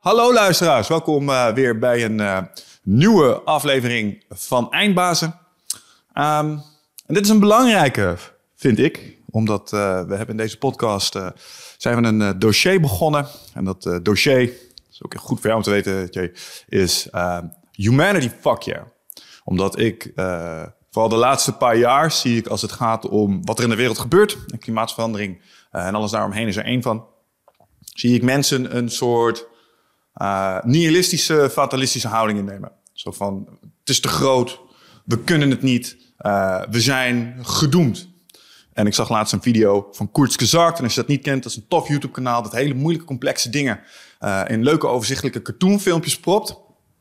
Hallo luisteraars, welkom weer bij een nieuwe aflevering van Eindbazen. En dit is een belangrijke, vind ik, omdat we hebben in deze podcast zijn we een dossier begonnen. En dat dossier, dat is ook goed voor jou om te weten, Jay, is Humanity Fuck Yeah. Omdat ik, vooral de laatste paar jaar, zie ik als het gaat om wat er in de wereld gebeurt, en klimaatverandering en alles daaromheen is er één van, zie ik mensen een soort nihilistische, fatalistische houding innemen. Zo van, het is te groot, we kunnen het niet, we zijn gedoemd. En ik zag laatst een video van Koerts Gezakt. En als je dat niet kent, dat is een tof YouTube-kanaal dat hele moeilijke, complexe dingen in leuke, overzichtelijke cartoonfilmpjes propt.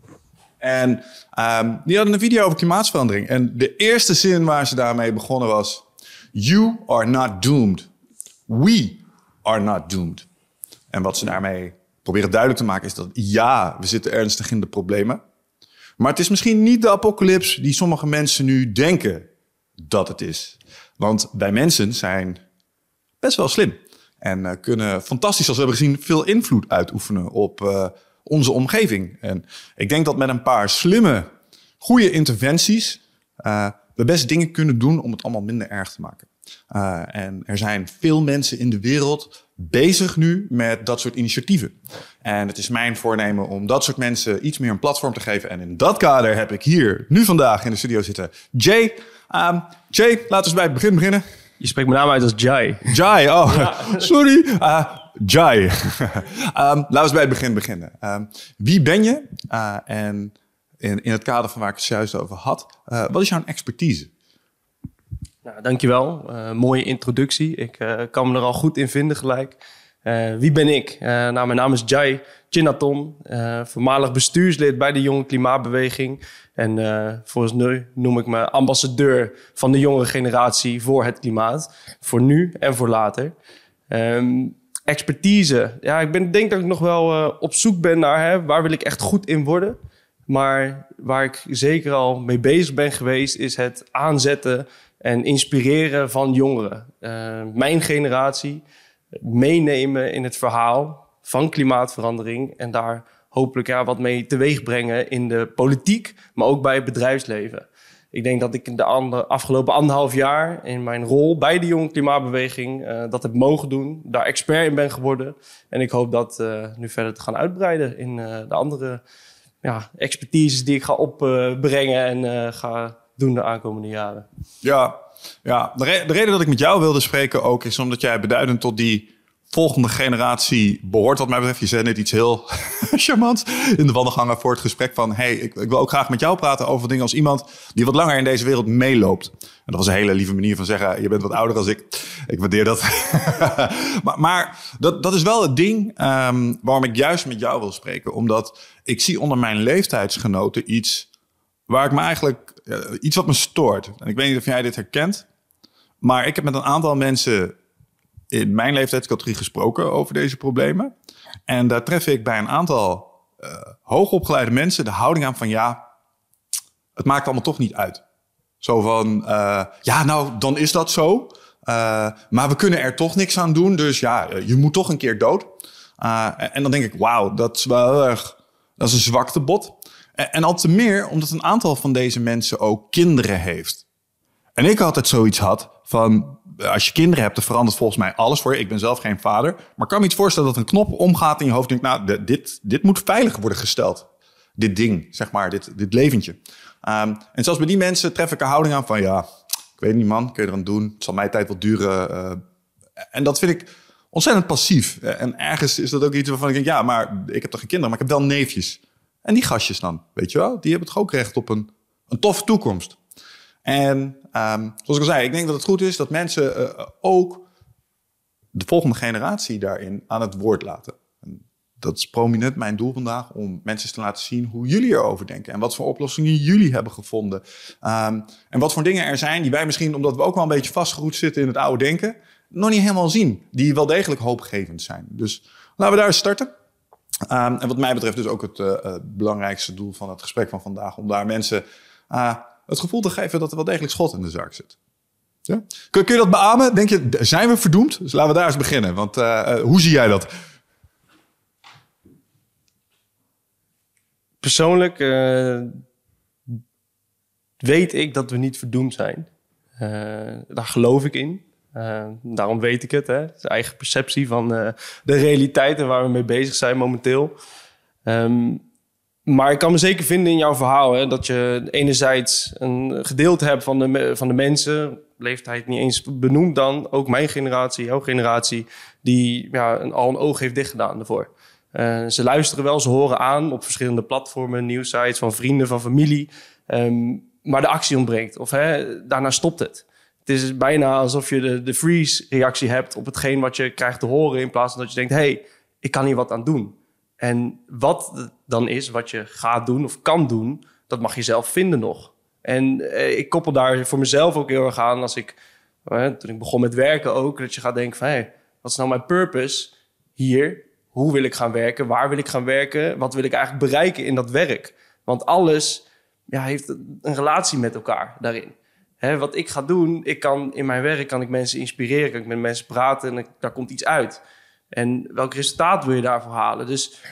En die hadden een video over klimaatverandering. En de eerste zin waar ze daarmee begonnen was: You are not doomed. We are not doomed. En wat ze daarmee proberen duidelijk te maken is dat ja, we zitten ernstig in de problemen. Maar het is misschien niet de apocalyps die sommige mensen nu denken dat het is. Want wij mensen zijn best wel slim. En kunnen fantastisch, zoals we hebben gezien, veel invloed uitoefenen op onze omgeving. En ik denk dat met een paar slimme, goede interventies we best dingen kunnen doen om het allemaal minder erg te maken. En er zijn veel mensen in de wereld bezig nu met dat soort initiatieven. En het is mijn voornemen om dat soort mensen iets meer een platform te geven. En in dat kader heb ik hier nu vandaag in de studio zitten Jay. Jay, laten we eens bij het begin beginnen. Je spreekt mijn naam uit als Jai. Jai, oh, ja. Sorry. Jai. Laten we eens bij het begin beginnen. Wie ben je? En in het kader van waar ik het juist over had, wat is jouw expertise? Nou, dankjewel. Mooie introductie. Ik kan me er al goed in vinden gelijk. Wie ben ik? Nou, mijn naam is Jai Chinnaton, voormalig bestuurslid bij de Jonge Klimaatbeweging. En volgens nu noem ik me ambassadeur van de jongere generatie voor het klimaat. Voor nu en voor later. Expertise. Ja, ik denk dat ik nog wel op zoek ben naar waar wil ik echt goed in worden. Maar waar ik zeker al mee bezig ben geweest is het aanzetten en inspireren van jongeren. Mijn generatie meenemen in het verhaal van klimaatverandering en daar hopelijk wat mee teweeg brengen in de politiek, maar ook bij het bedrijfsleven. Ik denk dat ik de afgelopen 1,5 jaar in mijn rol bij de Jonge Klimaatbeweging dat heb mogen doen, daar expert in ben geworden. En ik hoop dat nu verder te gaan uitbreiden in de andere expertises die ik ga opbrengen en ga doen de aankomende jaren. Ja, de reden dat ik met jou wilde spreken ook is omdat jij beduidend tot die volgende generatie behoort. Wat mij betreft, je zei net iets heel charmants in de wandelgangen voor het gesprek van hey, ik wil ook graag met jou praten over dingen als iemand die wat langer in deze wereld meeloopt. En dat was een hele lieve manier van zeggen, je bent wat ouder als ik. Ik waardeer dat. maar dat is wel het ding waarom ik juist met jou wil spreken. Omdat ik zie onder mijn leeftijdsgenoten iets waar ik me eigenlijk iets wat me stoort. En ik weet niet of jij dit herkent, maar ik heb met een aantal mensen in mijn leeftijdscategorie gesproken over deze problemen. En daar tref ik bij een aantal hoogopgeleide mensen de houding aan van ja, het maakt allemaal toch niet uit. Zo van, nou, dan is dat zo. Maar we kunnen er toch niks aan doen. Dus ja, je moet toch een keer dood. En dan denk ik, wauw, dat is wel heel erg, dat is een zwaktebod. En al te meer omdat een aantal van deze mensen ook kinderen heeft. En ik altijd zoiets had van, als je kinderen hebt, dan verandert volgens mij alles voor je. Ik ben zelf geen vader. Maar ik kan me iets voorstellen dat een knop omgaat in je hoofd. En denk, nou, dit moet veilig worden gesteld. Dit ding, zeg maar, dit leventje. En zelfs bij die mensen tref ik een houding aan van, ja, ik weet niet man, kun je eraan doen. Het zal mijn tijd wel duren. En dat vind ik ontzettend passief. En ergens is dat ook iets waarvan ik denk, ja, maar ik heb toch geen kinderen, maar ik heb wel neefjes. En die gastjes dan, weet je wel, die hebben toch ook recht op een toffe toekomst. En zoals ik al zei, ik denk dat het goed is dat mensen ook de volgende generatie daarin aan het woord laten. En dat is prominent mijn doel vandaag, om mensen te laten zien hoe jullie erover denken. En wat voor oplossingen jullie hebben gevonden. En wat voor dingen er zijn die wij misschien, omdat we ook wel een beetje vastgeroet zitten in het oude denken, nog niet helemaal zien. Die wel degelijk hoopgevend zijn. Dus laten we daar eens starten. En wat mij betreft dus ook het belangrijkste doel van het gesprek van vandaag. Om daar mensen het gevoel te geven dat er wel degelijk schot in de zaak zit. Ja? Kun je dat beamen? Denk je, zijn we verdoemd? Dus laten we daar eens beginnen. Want hoe zie jij dat? persoonlijk weet ik dat we niet verdoemd zijn. Daar geloof ik in. Daarom weet ik het. Hè? Het is eigen perceptie van de realiteit en waar we mee bezig zijn momenteel. Maar ik kan me zeker vinden in jouw verhaal. Hè, dat je enerzijds een gedeelte hebt van de mensen, leeftijd niet eens benoemd dan, ook mijn generatie, jouw generatie, die al een oog heeft dichtgedaan ervoor. Ze luisteren wel, ze horen aan op verschillende platformen, nieuwsites, van vrienden, van familie. Maar de actie ontbreekt. Of daarna stopt het. Het is bijna alsof je de freeze-reactie hebt op hetgeen wat je krijgt te horen, in plaats van dat je denkt, hey, ik kan hier wat aan doen. En wat het dan is, wat je gaat doen of kan doen, dat mag je zelf vinden nog. En ik koppel daar voor mezelf ook heel erg aan als toen ik begon met werken ook, dat je gaat denken van, wat is nou mijn purpose hier? Hoe wil ik gaan werken? Waar wil ik gaan werken? Wat wil ik eigenlijk bereiken in dat werk? Want alles heeft een relatie met elkaar daarin. Wat ik ga doen, in mijn werk kan ik mensen inspireren, kan ik met mensen praten en daar komt iets uit. En welk resultaat wil je daarvoor halen? Dus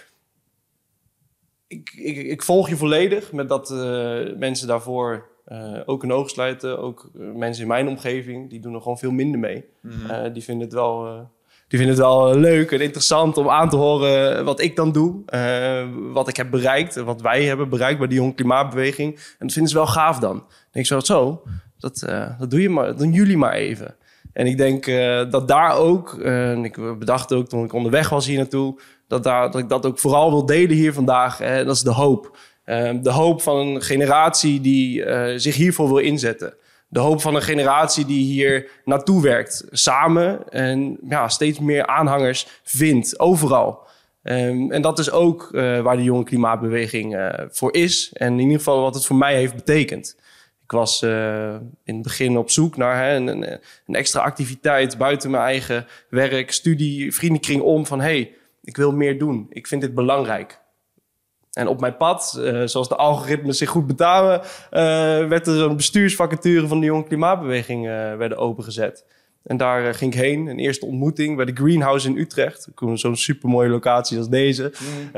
ik volg je volledig met dat mensen daarvoor ook een oog sluiten. Ook mensen in mijn omgeving, die doen er gewoon veel minder mee. Mm-hmm. Die vinden het wel leuk en interessant om aan te horen wat ik dan doe. Wat ik heb bereikt, wat wij hebben bereikt bij de Jonge Klimaatbeweging. En dat vinden ze wel gaaf dan. Dan denk ik dat doen jullie maar even. En ik denk dat daar ook, ik bedacht ook toen ik onderweg was hier naartoe, dat ik dat ook vooral wil delen hier vandaag. Dat is de hoop. De hoop van een generatie die zich hiervoor wil inzetten. De hoop van een generatie die hier naartoe werkt. Samen en steeds meer aanhangers vindt, overal. En dat is ook waar de Jonge Klimaatbeweging voor is. En in ieder geval wat het voor mij heeft betekend. Ik was in het begin op zoek naar een extra activiteit buiten mijn eigen werk, studie, vriendenkring om. Van ik wil meer doen. Ik vind dit belangrijk. En op mijn pad, zoals de algoritmes zich goed betalen, werd er een bestuursvacature van de Jonge Klimaatbeweging werden opengezet. En daar ging ik heen. Een eerste ontmoeting bij de Greenhouse in Utrecht. Zo'n supermooie locatie als deze.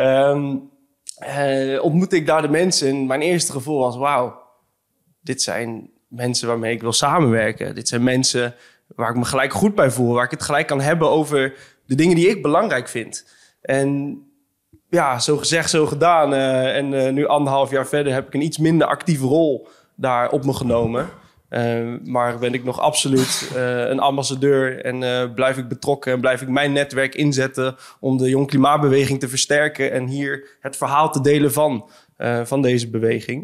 Ontmoette ik daar de mensen. En mijn eerste gevoel was, wauw. Dit zijn mensen waarmee ik wil samenwerken. Dit zijn mensen waar ik me gelijk goed bij voel. Waar ik het gelijk kan hebben over de dingen die ik belangrijk vind. En zo gezegd, zo gedaan. En nu 1,5 jaar verder heb ik een iets minder actieve rol daar op me genomen. Maar ben ik nog absoluut een ambassadeur. En blijf ik betrokken en blijf ik mijn netwerk inzetten om de Jonge Klimaatbeweging te versterken. En hier het verhaal te delen van deze beweging.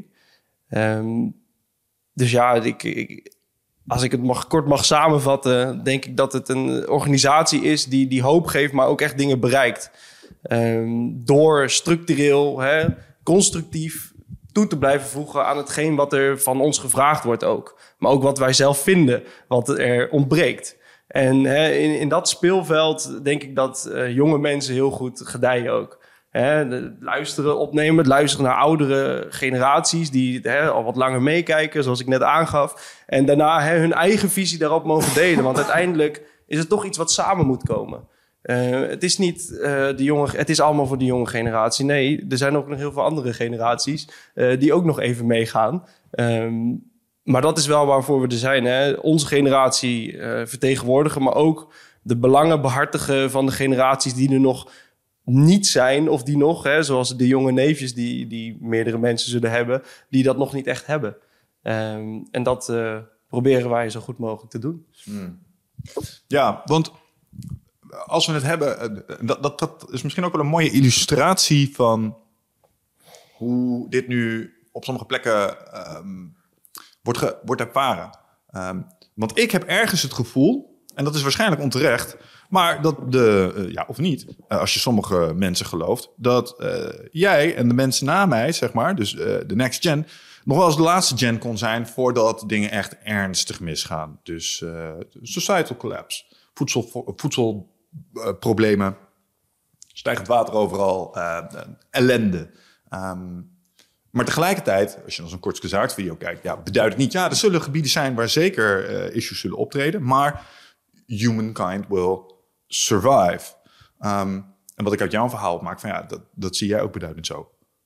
Dus als ik het kort mag samenvatten, denk ik dat het een organisatie is die hoop geeft, maar ook echt dingen bereikt. Door structureel, constructief toe te blijven voegen aan hetgeen wat er van ons gevraagd wordt ook. Maar ook wat wij zelf vinden, wat er ontbreekt. En in dat speelveld denk ik dat jonge mensen heel goed gedijen ook. Luisteren naar oudere generaties die al wat langer meekijken, zoals ik net aangaf. En daarna hun eigen visie daarop mogen delen. Want uiteindelijk is het toch iets wat samen moet komen. Het is niet het is allemaal voor de jonge generatie. Nee, er zijn ook nog heel veel andere generaties die ook nog even meegaan. Maar dat is wel waarvoor we er zijn. Onze generatie vertegenwoordigen, maar ook de belangen behartigen van de generaties die er nog niet zijn, of die nog, zoals de jonge neefjes die meerdere mensen zullen hebben, die dat nog niet echt hebben. En dat proberen wij zo goed mogelijk te doen. Ja, want als we het hebben, dat is misschien ook wel een mooie illustratie van hoe dit nu op sommige plekken wordt ervaren. Want ik heb ergens het gevoel, en dat is waarschijnlijk onterecht, maar dat of niet, als je sommige mensen gelooft, dat jij en de mensen na mij, zeg maar, dus de next gen, nog wel eens de laatste gen kon zijn voordat dingen echt ernstig misgaan. Dus societal collapse, voedselproblemen, stijgend water overal, ellende. Maar tegelijkertijd, als je naar zo'n Kortske video kijkt, beduidt het niet. Ja, er zullen gebieden zijn waar zeker issues zullen optreden, maar humankind will survive. En wat ik uit jouw verhaal opmaak, dat zie jij ook beduidend zo.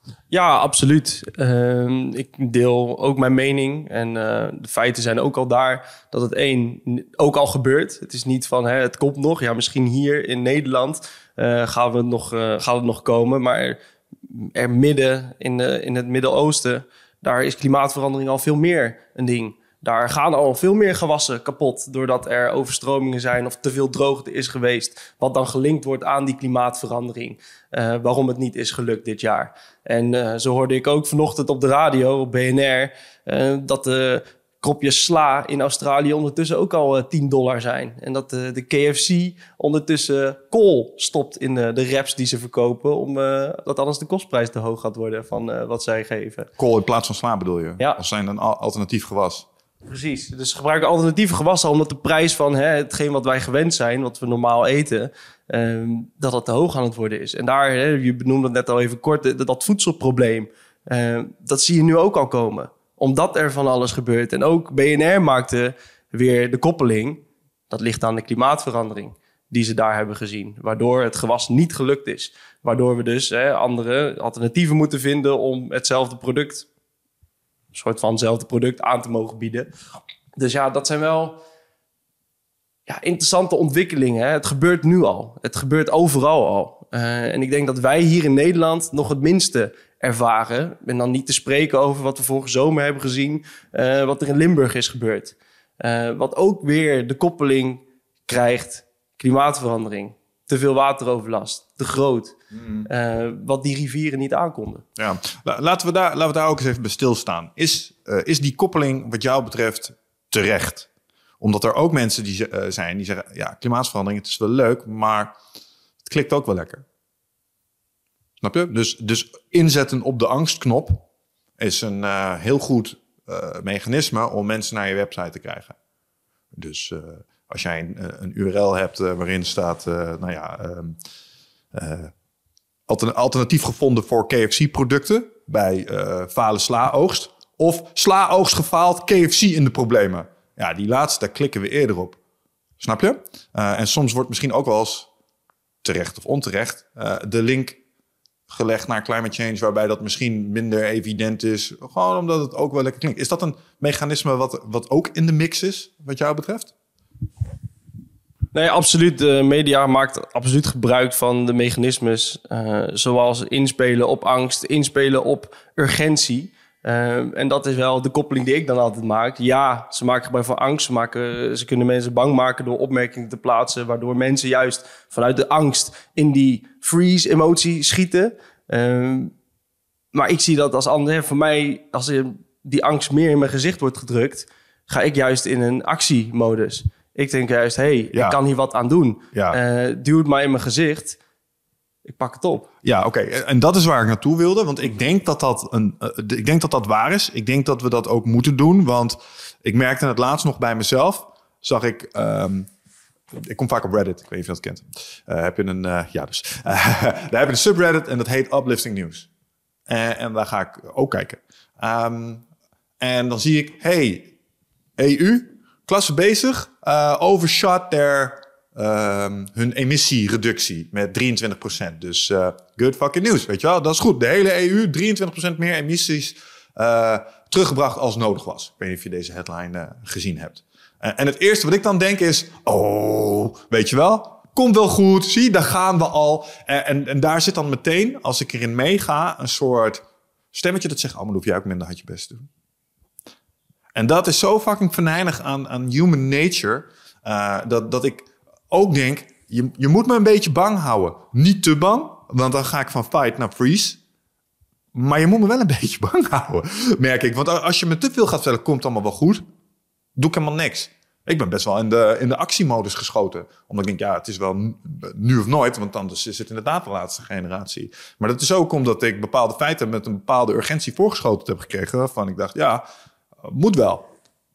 Ja, absoluut. Ik deel ook mijn mening. En de feiten zijn ook al daar dat het ook al gebeurt. Het is niet van het komt nog. Ja, misschien hier in Nederland gaat het nog komen. Maar er midden in het Midden-Oosten, daar is klimaatverandering al veel meer een ding. Daar gaan al veel meer gewassen kapot doordat er overstromingen zijn of te veel droogte is geweest. Wat dan gelinkt wordt aan die klimaatverandering. Waarom het niet is gelukt dit jaar. En zo hoorde ik ook vanochtend op de radio, op BNR, dat de kropjes sla in Australië ondertussen ook al $10 zijn. En dat de KFC ondertussen kool stopt in de wraps die ze verkopen, omdat anders de kostprijs te hoog gaat worden van wat zij geven. Kool in plaats van sla bedoel je? Ja. Als zijn een alternatief gewas? Precies, dus ze gebruiken alternatieve gewassen omdat de prijs van hetgeen wat wij gewend zijn, wat we normaal eten, dat het te hoog aan het worden is. En daar, je benoemde het net al even kort, dat voedselprobleem, dat zie je nu ook al komen. Omdat er van alles gebeurt. En ook BNR maakte weer de koppeling, dat ligt aan de klimaatverandering die ze daar hebben gezien. Waardoor het gewas niet gelukt is. Waardoor we dus andere alternatieven moeten vinden om hetzelfde product, een soort van hetzelfde product aan te mogen bieden. Dus ja, dat zijn wel interessante ontwikkelingen. Hè. Het gebeurt nu al. Het gebeurt overal al. En ik denk dat wij hier in Nederland nog het minste ervaren. En dan niet te spreken over wat we vorige zomer hebben gezien, wat er in Limburg is gebeurd. Wat ook weer de koppeling krijgt, klimaatverandering. Te veel wateroverlast, te groot. Wat die rivieren niet aankonden. Ja, laten we daar ook eens even bij stilstaan. Is die koppeling wat jou betreft terecht? Omdat er ook mensen die zijn die zeggen, ja, klimaatverandering, het is wel leuk, maar het klikt ook wel lekker. Snap je? Dus inzetten op de angstknop is een heel goed mechanisme om mensen naar je website te krijgen. Dus als jij een URL hebt waarin staat, alternatief gevonden voor KFC-producten bij fale sla-oogst. Of sla-oogst gefaald, KFC in de problemen. Ja, die laatste, daar klikken we eerder op. Snap je? En soms wordt misschien ook wel eens, terecht of onterecht, de link gelegd naar climate change, waarbij dat misschien minder evident is. Gewoon omdat het ook wel lekker klinkt. Is dat een mechanisme wat ook in de mix is, wat jou betreft? Nee, absoluut. De media maakt absoluut gebruik van de mechanismes, zoals inspelen op angst, inspelen op urgentie. En dat is wel de koppeling die ik dan altijd maak. Ja, ze maken gebruik van angst. Ze kunnen mensen bang maken door opmerkingen te plaatsen, waardoor mensen juist vanuit de angst in die freeze-emotie schieten. Maar ik zie dat als ander. Voor mij, als die angst meer in mijn gezicht wordt gedrukt, ga ik juist in een actiemodus. Ik denk juist, ik kan hier wat aan doen. Ja. Duw het maar in mijn gezicht. Ik pak het op. Ja, oké. En dat is waar ik naartoe wilde. Want ik denk dat waar is. Ik denk dat we dat ook moeten doen. Want ik merkte het laatst nog bij mezelf. Zag ik... ik kom vaak op Reddit. Ik weet niet of je dat kent. Heb je een... daar heb je een subreddit en dat heet Uplifting News. En daar ga ik ook kijken. En dan zie ik... EU... Klasse bezig, overshot hun emissiereductie met 23%. Dus good fucking news, weet je wel? Dat is goed. De hele EU, 23% meer emissies teruggebracht als nodig was. Ik weet niet of je deze headline gezien hebt. En het eerste wat ik dan denk is, weet je wel? Komt wel goed, zie, daar gaan we al. En daar zit dan meteen, als ik erin meega, een soort stemmetje dat zegt, maar dan hoef jij ook minder hard je best te doen. En dat is zo fucking venijnig aan human nature, dat ik ook denk, je moet me een beetje bang houden. Niet te bang, want dan ga ik van fight naar freeze. Maar je moet me wel een beetje bang houden, merk ik. Want als je me te veel gaat vertellen, komt het allemaal wel goed, doe ik helemaal niks. Ik ben best wel in de actiemodus geschoten. Omdat ik denk, ja, het is wel nu of nooit, want anders is het inderdaad de laatste generatie. Maar dat is ook omdat ik bepaalde feiten met een bepaalde urgentie voorgeschoten heb gekregen, waarvan ik dacht, ja, moet wel.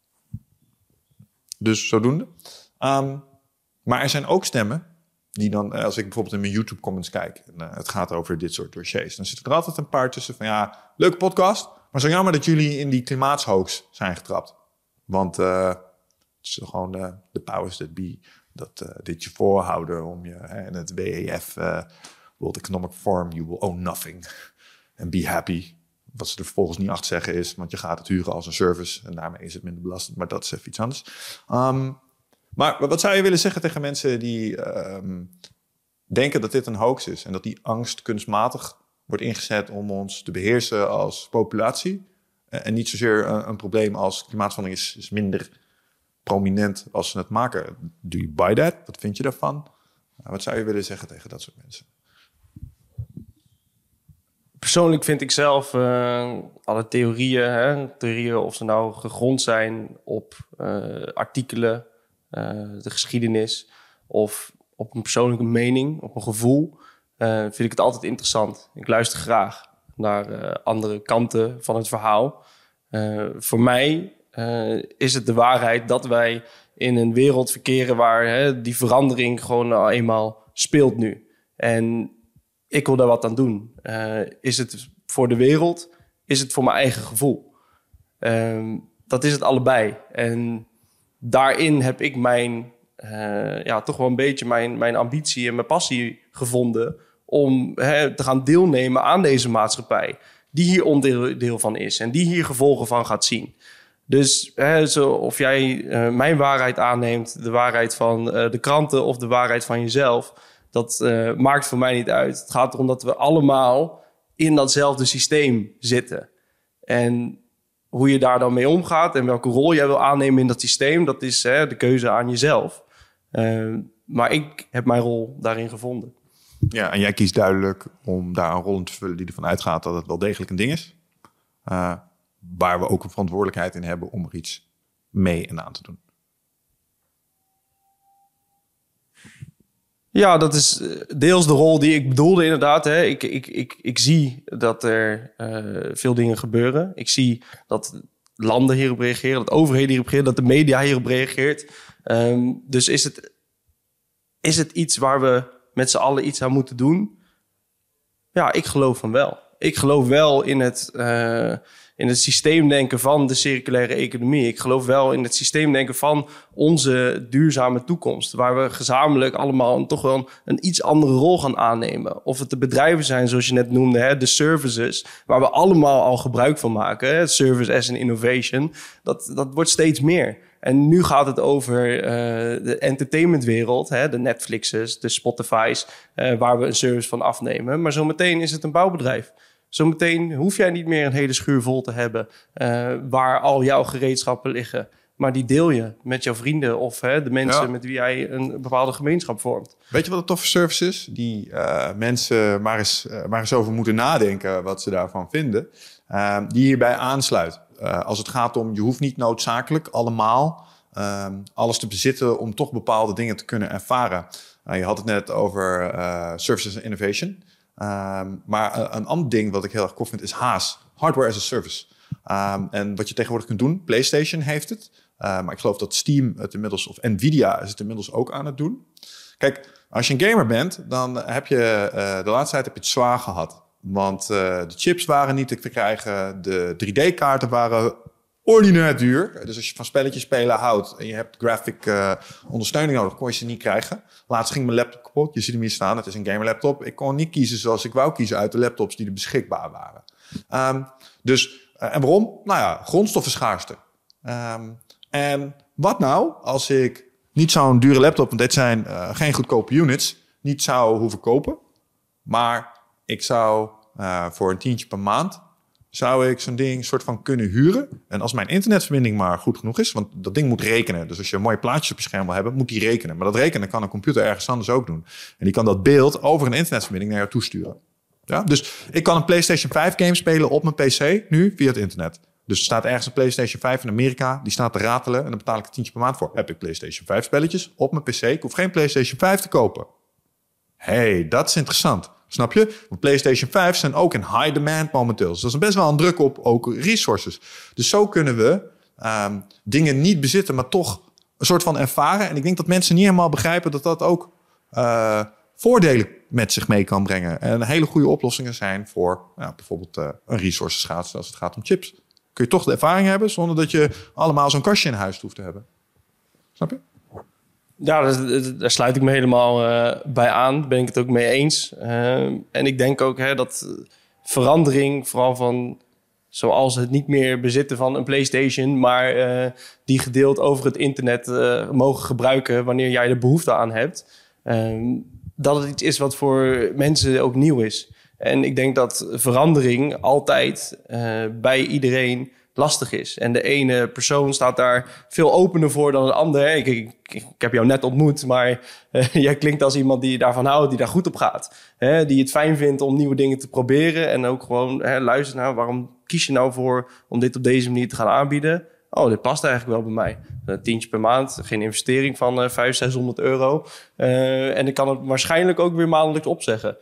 Dus zodoende. Maar er zijn ook stemmen die dan, als ik bijvoorbeeld in mijn YouTube comments kijk, en het gaat over dit soort dossiers, dan zitten er altijd een paar tussen van, ja, leuke podcast, maar zo jammer dat jullie in die klimaathoax zijn getrapt. Want het is gewoon de powers that be dat dit je voorhouden om je, en het WEF, World Economic Forum, you will own nothing. En be happy. Wat ze er vervolgens niet achter zeggen is, want je gaat het huren als een service en daarmee is het minder belastend. Maar dat is even iets anders. Maar wat zou je willen zeggen tegen mensen die denken dat dit een hoax is en dat die angst kunstmatig wordt ingezet om ons te beheersen als populatie en niet zozeer een probleem als klimaatverandering is minder prominent als ze het maken. Do you buy that? Wat vind je daarvan? Wat zou je willen zeggen tegen dat soort mensen? Persoonlijk vind ik zelf alle theorieën, of ze nou gegrond zijn op artikelen, de geschiedenis of op een persoonlijke mening, op een gevoel, vind ik het altijd interessant. Ik luister graag naar andere kanten van het verhaal. Voor mij is het de waarheid dat wij in een wereld verkeren waar die verandering gewoon al eenmaal speelt nu. En ik wil daar wat aan doen. Is het voor de wereld? Is het voor mijn eigen gevoel? Dat is het allebei. En daarin heb ik toch wel een beetje mijn ambitie en mijn passie gevonden om te gaan deelnemen aan deze maatschappij, die hier onderdeel van is en die hier gevolgen van gaat zien. Dus of jij mijn waarheid aanneemt, de waarheid van de kranten of de waarheid van jezelf, dat maakt voor mij niet uit. Het gaat erom dat we allemaal in datzelfde systeem zitten. En hoe je daar dan mee omgaat en welke rol jij wil aannemen in dat systeem, dat is de keuze aan jezelf. Maar ik heb mijn rol daarin gevonden. Ja, en jij kiest duidelijk om daar een rol in te vullen die ervan uitgaat dat het wel degelijk een ding is. Waar we ook een verantwoordelijkheid in hebben om er iets mee en aan te doen. Ja, dat is deels de rol die ik bedoelde inderdaad. Ik zie dat er veel dingen gebeuren. Ik zie dat landen hierop reageren, dat overheden hierop reageren, dat de media hierop reageert. Dus is het iets waar we met z'n allen iets aan moeten doen? Ja, ik geloof van wel. Ik geloof wel in het systeemdenken van de circulaire economie. Ik geloof wel in het systeemdenken van onze duurzame toekomst, waar we gezamenlijk allemaal toch wel een iets andere rol gaan aannemen. Of het de bedrijven zijn, zoals je net noemde, de services, waar we allemaal al gebruik van maken. Service as an innovation. Dat wordt steeds meer. En nu gaat het over de entertainmentwereld, de Netflix's, de Spotify's, waar we een service van afnemen. Maar zometeen is het een bouwbedrijf. Zometeen hoef jij niet meer een hele schuur vol te hebben waar al jouw gereedschappen liggen. Maar die deel je met jouw vrienden of de mensen met wie jij een bepaalde gemeenschap vormt. Weet je wat een toffe service is? Die mensen maar eens over moeten nadenken wat ze daarvan vinden. Die hierbij aansluit. Als het gaat om, je hoeft niet noodzakelijk allemaal alles te bezitten om toch bepaalde dingen te kunnen ervaren. Je had het net over services and innovation. Maar een ander ding wat ik heel erg cool vind is HaaS. Hardware as a Service. En wat je tegenwoordig kunt doen, PlayStation heeft het. Maar ik geloof dat Steam het inmiddels, of Nvidia is het inmiddels ook aan het doen. Kijk, als je een gamer bent, dan heb je de laatste tijd het zwaar gehad. Want de chips waren niet te verkrijgen. De 3D-kaarten waren ordinair duur. Dus als je van spelletjes spelen houdt en je hebt graphic ondersteuning nodig, kon je ze niet krijgen. Laatst ging mijn laptop kapot. Je ziet hem hier staan. Het is een gamer laptop. Ik kon niet kiezen zoals ik wou kiezen uit de laptops die er beschikbaar waren. En waarom? Nou ja, grondstoffenschaarste. En wat nou als ik niet zo'n dure laptop, want dit zijn geen goedkope units, niet zou hoeven kopen. Maar ik zou voor een $10 per maand zou ik zo'n ding soort van kunnen huren. En als mijn internetverbinding maar goed genoeg is, want dat ding moet rekenen. Dus als je mooie plaatjes op je scherm wil hebben, moet die rekenen. Maar dat rekenen kan een computer ergens anders ook doen. En die kan dat beeld over een internetverbinding naar jou toesturen. Ja? Dus ik kan een PlayStation 5 game spelen op mijn PC nu via het internet. Dus er staat ergens een PlayStation 5 in Amerika, die staat te ratelen en dan betaal ik $10 per maand voor. Heb ik PlayStation 5 spelletjes op mijn PC? Ik hoef geen PlayStation 5 te kopen. Hey, dat is interessant. Snap je? Want PlayStation 5 zijn ook in high demand momenteel. Dus dat is best wel een druk op ook resources. Dus zo kunnen we dingen niet bezitten, maar toch een soort van ervaren. En ik denk dat mensen niet helemaal begrijpen dat dat ook voordelen met zich mee kan brengen. En hele goede oplossingen zijn voor bijvoorbeeld een resources schaarste als het gaat om chips. Kun je toch de ervaring hebben zonder dat je allemaal zo'n kastje in huis hoeft te hebben. Snap je? Ja, daar sluit ik me helemaal bij aan. Daar ben ik het ook mee eens. En ik denk ook dat verandering, vooral van zoals het niet meer bezitten van een PlayStation, maar die gedeeld over het internet mogen gebruiken wanneer jij er behoefte aan hebt. Dat het iets is wat voor mensen ook nieuw is. En ik denk dat verandering altijd bij iedereen lastig is. En de ene persoon staat daar veel opener voor dan de ander. Ik heb jou net ontmoet, maar jij klinkt als iemand die daarvan houdt, die daar goed op gaat. Die het fijn vindt om nieuwe dingen te proberen en ook gewoon luisteren naar waarom kies je nou voor om dit op deze manier te gaan aanbieden. Oh, dit past eigenlijk wel bij mij. Een tientje per maand, geen investering van 500, 600 euro. En ik kan het waarschijnlijk ook weer maandelijks opzeggen.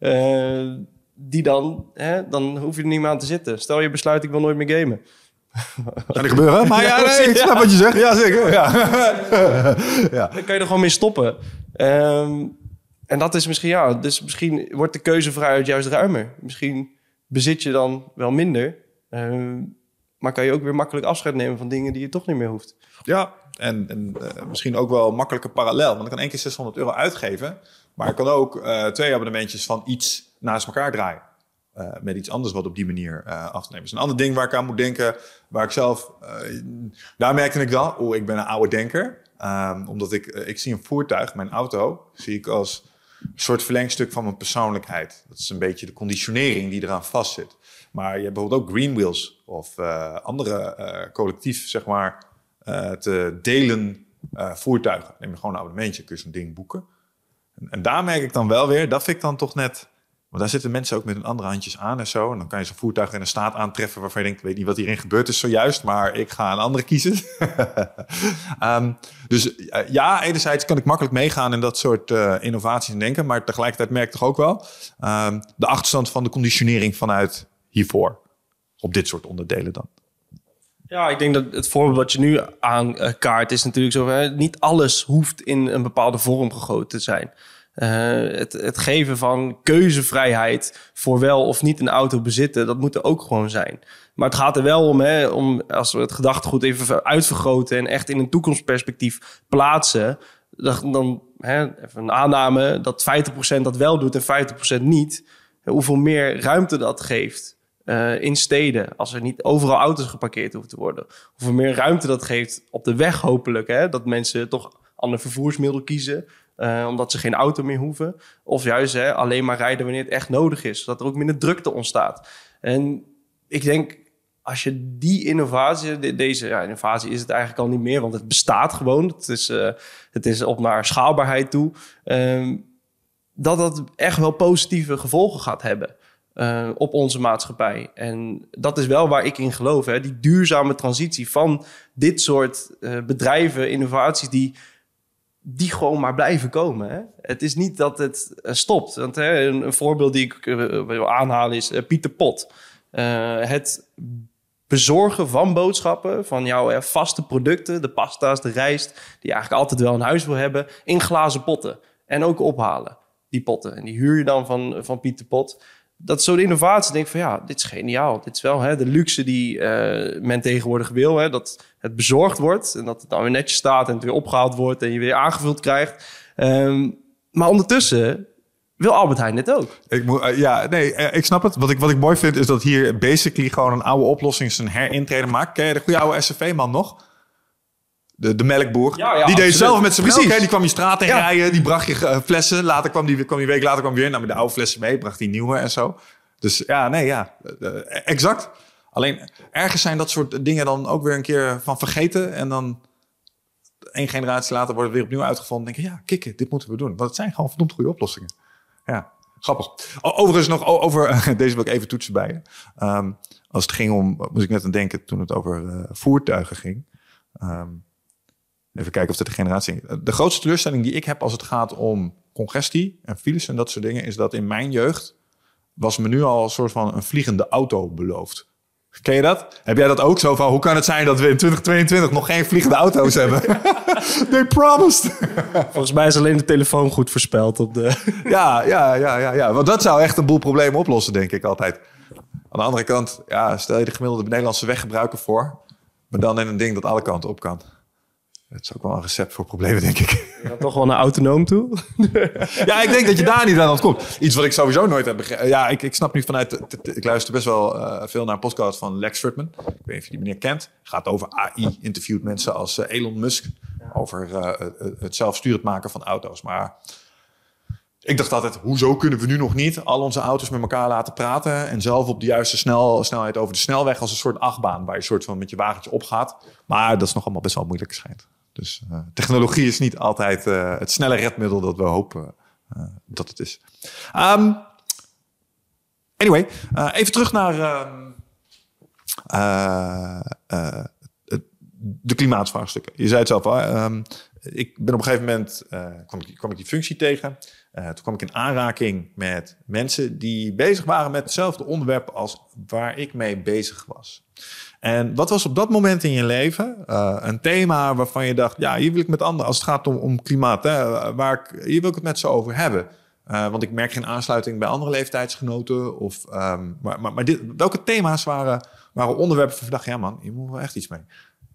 Dan hoef je er niet meer aan te zitten. Stel je besluit, ik wil nooit meer gamen. Kan niet gebeuren, maar ik snap wat je zegt. Ja, zeker. Ja. Ja. Dan kan je er gewoon mee stoppen. En dat is misschien, dus misschien wordt de keuzevrijheid juist ruimer. Misschien bezit je dan wel minder. Maar kan je ook weer makkelijk afscheid nemen van dingen die je toch niet meer hoeft. Ja, en misschien ook wel makkelijke parallel. Want ik kan 1 keer 600 euro uitgeven. Maar ik kan ook 2 abonnementjes van iets naast elkaar draaien. Met iets anders wat op die manier af te nemen. Dus een ander ding waar ik aan moet denken, waar ik zelf... daar merkte ik dan, ik ben een oude denker. Omdat ik zie een voertuig, mijn auto, zie ik als een soort verlengstuk van mijn persoonlijkheid. Dat is een beetje de conditionering die eraan vastzit. Maar je hebt bijvoorbeeld ook Greenwheels of andere collectief, zeg maar, te delen voertuigen. Neem je gewoon een abonnementje, kun je zo'n ding boeken. En daar merk ik dan wel weer, dat vind ik dan toch net... Want daar zitten mensen ook met hun andere handjes aan en zo. En dan kan je zo'n voertuig in een staat aantreffen waarvan je denkt, ik weet niet wat hierin gebeurd is zojuist, maar ik ga een andere kiezen. Dus enerzijds kan ik makkelijk meegaan in dat soort innovaties en denken, maar tegelijkertijd merk ik toch ook wel de achterstand van de conditionering vanuit hiervoor. Op dit soort onderdelen dan. Ja, ik denk dat het voorbeeld wat je nu aankaart is natuurlijk zo. Niet alles hoeft in een bepaalde vorm gegoten te zijn. Het geven van keuzevrijheid voor wel of niet een auto bezitten, dat moet er ook gewoon zijn. Maar het gaat er wel om als we het gedachtegoed even uitvergroten en echt in een toekomstperspectief plaatsen, dan even een aanname dat 50% dat wel doet en 50% niet. Hoeveel meer ruimte dat geeft in steden, als er niet overal auto's geparkeerd hoeven te worden. Hoeveel meer ruimte dat geeft op de weg hopelijk, dat mensen toch ander vervoersmiddel kiezen, omdat ze geen auto meer hoeven. Of juist alleen maar rijden wanneer het echt nodig is, zodat er ook minder drukte ontstaat. En ik denk, als je die innovatie, deze innovatie is het eigenlijk al niet meer, want het bestaat gewoon. Het is op naar schaalbaarheid toe. Dat echt wel positieve gevolgen gaat hebben op onze maatschappij. En dat is wel waar ik in geloof. Die duurzame transitie van dit soort bedrijven, innovaties die gewoon maar blijven komen. Het is niet dat het stopt. Want een voorbeeld die ik wil aanhalen is Pieter Pot. Het bezorgen van boodschappen, van jouw vaste producten, de pasta's, de rijst, die je eigenlijk altijd wel in huis wil hebben, in glazen potten. En ook ophalen, die potten. En die huur je dan van Pieter Pot. Dat is zo'n innovatie. Denk van dit is geniaal. Dit is wel de luxe die men tegenwoordig wil. Dat het bezorgd wordt en dat het dan weer netjes staat en het weer opgehaald wordt en je weer aangevuld krijgt. Maar ondertussen wil Albert Heijn dit ook. Ik snap het. Wat ik mooi vind is dat hier basically gewoon een oude oplossing zijn herintreden maakt. Ken je de goede oude SCV-man nog? De melkboer. Ja, die absoluut. Deed zelf met zijn melk. Die kwam je straat in rijden. Die bracht je flessen. Later kwam die week later weer. Nam je de oude flessen mee. Bracht die nieuwe en zo. Dus exact. Alleen ergens zijn dat soort dingen dan ook weer een keer van vergeten. En dan 1 generatie later wordt het weer opnieuw uitgevonden. Denk je, kikken, dit moeten we doen. Want het zijn gewoon verdomd goede oplossingen. Ja, grappig. Overigens nog over... Deze wil ik even toetsen bij je. Als het ging om... Moest ik net aan denken toen het over voertuigen ging. Even kijken of dit de generatie... De grootste teleurstelling die ik heb als het gaat om congestie en files en dat soort dingen, is dat in mijn jeugd was me nu al een soort van een vliegende auto beloofd. Ken je dat? Heb jij dat ook zo van, hoe kan het zijn dat we in 2022 nog geen vliegende auto's hebben? They promised. Volgens mij is alleen de telefoon goed voorspeld op de... Ja. Want dat zou echt een boel problemen oplossen, denk ik altijd. Aan de andere kant, stel je de gemiddelde Nederlandse weggebruiker voor, maar dan in een ding dat alle kanten op kan. Het is ook wel een recept voor problemen, denk ik. Je gaat toch wel naar autonoom toe? Ja, ik denk dat je daar niet aan ontkomt. Iets wat ik sowieso nooit heb begrepen. Ja, ik snap nu vanuit... Ik luister best wel veel naar een podcast van Lex Fridman. Ik weet niet of je die meneer kent. Het gaat over AI. Interviewt mensen als Elon Musk. Over het zelfsturend maken van auto's. Maar ik dacht altijd, hoezo kunnen we nu nog niet al onze auto's met elkaar laten praten en zelf op de juiste snelheid over de snelweg als een soort achtbaan waar je soort van met je wagentje opgaat. Maar dat is nog allemaal best wel moeilijk schijnt. Dus technologie is niet altijd het snelle redmiddel dat we hopen dat het is. Anyway, even terug naar de klimaatvraagstukken. Je zei het zelf al. Ik ben op een gegeven moment kwam ik die functie tegen. Toen kwam ik in aanraking met mensen die bezig waren met hetzelfde onderwerp als waar ik mee bezig was. En wat was op dat moment in je leven een thema waarvan je dacht, ja, hier wil ik met anderen, als het gaat om klimaat, hier wil ik het met ze over hebben. Want ik merk geen aansluiting bij andere leeftijdsgenoten. Maar welke thema's waren onderwerpen van dacht, ja man, hier moeten we echt iets mee.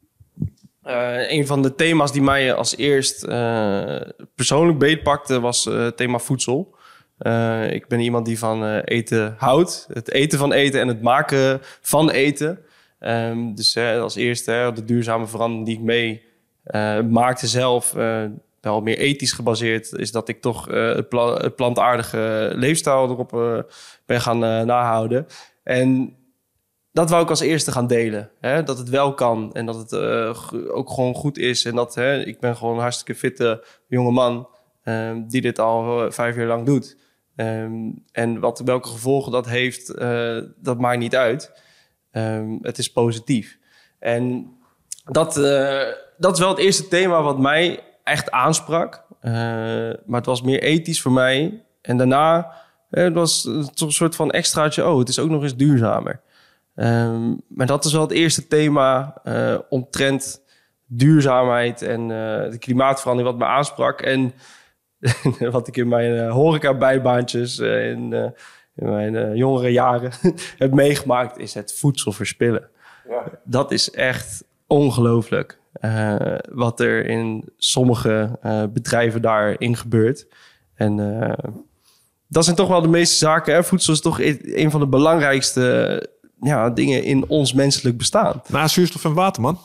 Een van de thema's die mij als eerst persoonlijk beetpakte was het thema voedsel. Ik ben iemand die van eten houdt. Het eten van eten en het maken van eten. Dus als eerste de duurzame verandering die ik mee maakte zelf, wel meer ethisch gebaseerd, is dat ik toch het plantaardige leefstijl erop ben gaan nahouden. En dat wou ik als eerste gaan delen. Hè? Dat het wel kan en dat het ook gewoon goed is. En dat ik ben gewoon een hartstikke fitte jonge man die dit al 5 jaar lang doet. En welke gevolgen dat heeft, dat maakt niet uit. Het is positief. En dat is wel het eerste thema wat mij echt aansprak. Maar het was meer ethisch voor mij. En daarna het was toch een soort van extraatje. Het is ook nog eens duurzamer. Maar dat is wel het eerste thema omtrent duurzaamheid en de klimaatverandering wat me aansprak. En wat ik in mijn horeca-bijbaantjes in mijn jongere jaren heb meegemaakt, is het voedsel verspillen. Ja. Dat is echt ongelooflijk wat er in sommige bedrijven daarin gebeurt. En dat zijn toch wel de meeste zaken. Hè? Voedsel is toch een van de belangrijkste dingen in ons menselijk bestaan. Na zuurstof en water, man.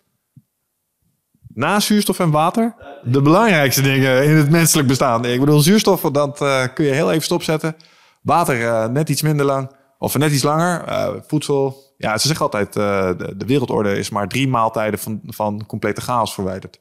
Na zuurstof en water, de belangrijkste dingen in het menselijk bestaan. Ik bedoel, zuurstof, dat kun je heel even stopzetten. Water net iets minder lang, of net iets langer. Voedsel, ja, ze zeggen altijd, de wereldorde is maar 3 maaltijden van complete chaos verwijderd.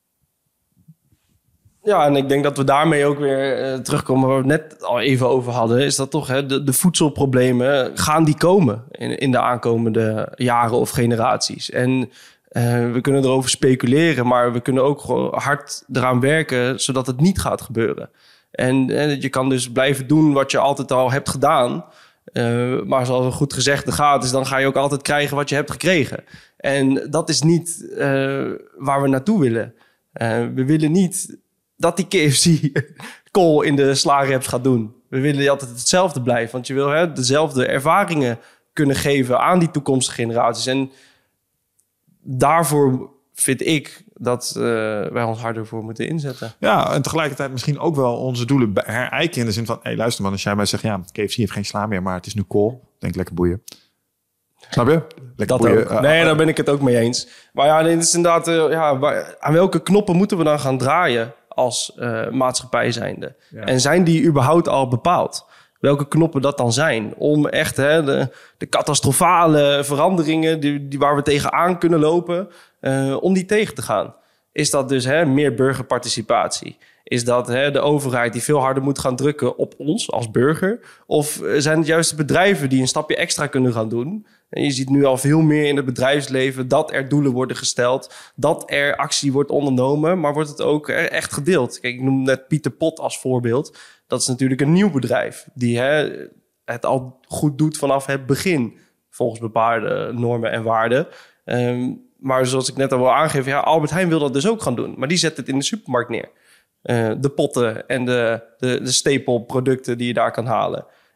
Ja, en ik denk dat we daarmee ook weer terugkomen waar we het net al even over hadden. Is dat toch de voedselproblemen, gaan die komen in de aankomende jaren of generaties? En we kunnen erover speculeren, maar we kunnen ook gewoon hard eraan werken zodat het niet gaat gebeuren. En je kan dus blijven doen wat je altijd al hebt gedaan. Maar zoals een goed gezegde gaat, is dan ga je ook altijd krijgen wat je hebt gekregen. En dat is niet waar we naartoe willen. We willen niet dat die KFC kool in de slagerreps gaat doen. We willen altijd hetzelfde blijven. Want je wil dezelfde ervaringen kunnen geven aan die toekomstige generaties. En daarvoor vind ik dat wij ons harder voor moeten inzetten. Ja, en tegelijkertijd misschien ook wel onze doelen herijken in de zin van, hey, luister man, als jij mij zegt, ja, KFC heeft geen sla meer, maar het is nu kool. Denk lekker boeien. Snap je? Lekker dat boeien. Ook. Nee, daar ben ik het ook mee eens. Maar ja, dit is inderdaad, aan welke knoppen moeten we dan gaan draaien als maatschappij zijnde? Ja. En zijn die überhaupt al bepaald? Welke knoppen dat dan zijn? Om echt de catastrofale veranderingen die waar we tegenaan kunnen lopen, om die tegen te gaan. Is dat dus meer burgerparticipatie? Is dat de overheid die veel harder moet gaan drukken op ons als burger? Of zijn het juist de bedrijven die een stapje extra kunnen gaan doen? En je ziet nu al veel meer in het bedrijfsleven dat er doelen worden gesteld, dat er actie wordt ondernomen, maar wordt het ook echt gedeeld? Kijk, ik noem net Pieter Pot als voorbeeld. Dat is natuurlijk een nieuw bedrijf die het al goed doet vanaf het begin, volgens bepaalde normen en waarden. Maar zoals ik net al wil aangeven, Albert Heijn wil dat dus ook gaan doen, maar die zet het in de supermarkt neer. De potten en de stapelproducten die je daar kan halen.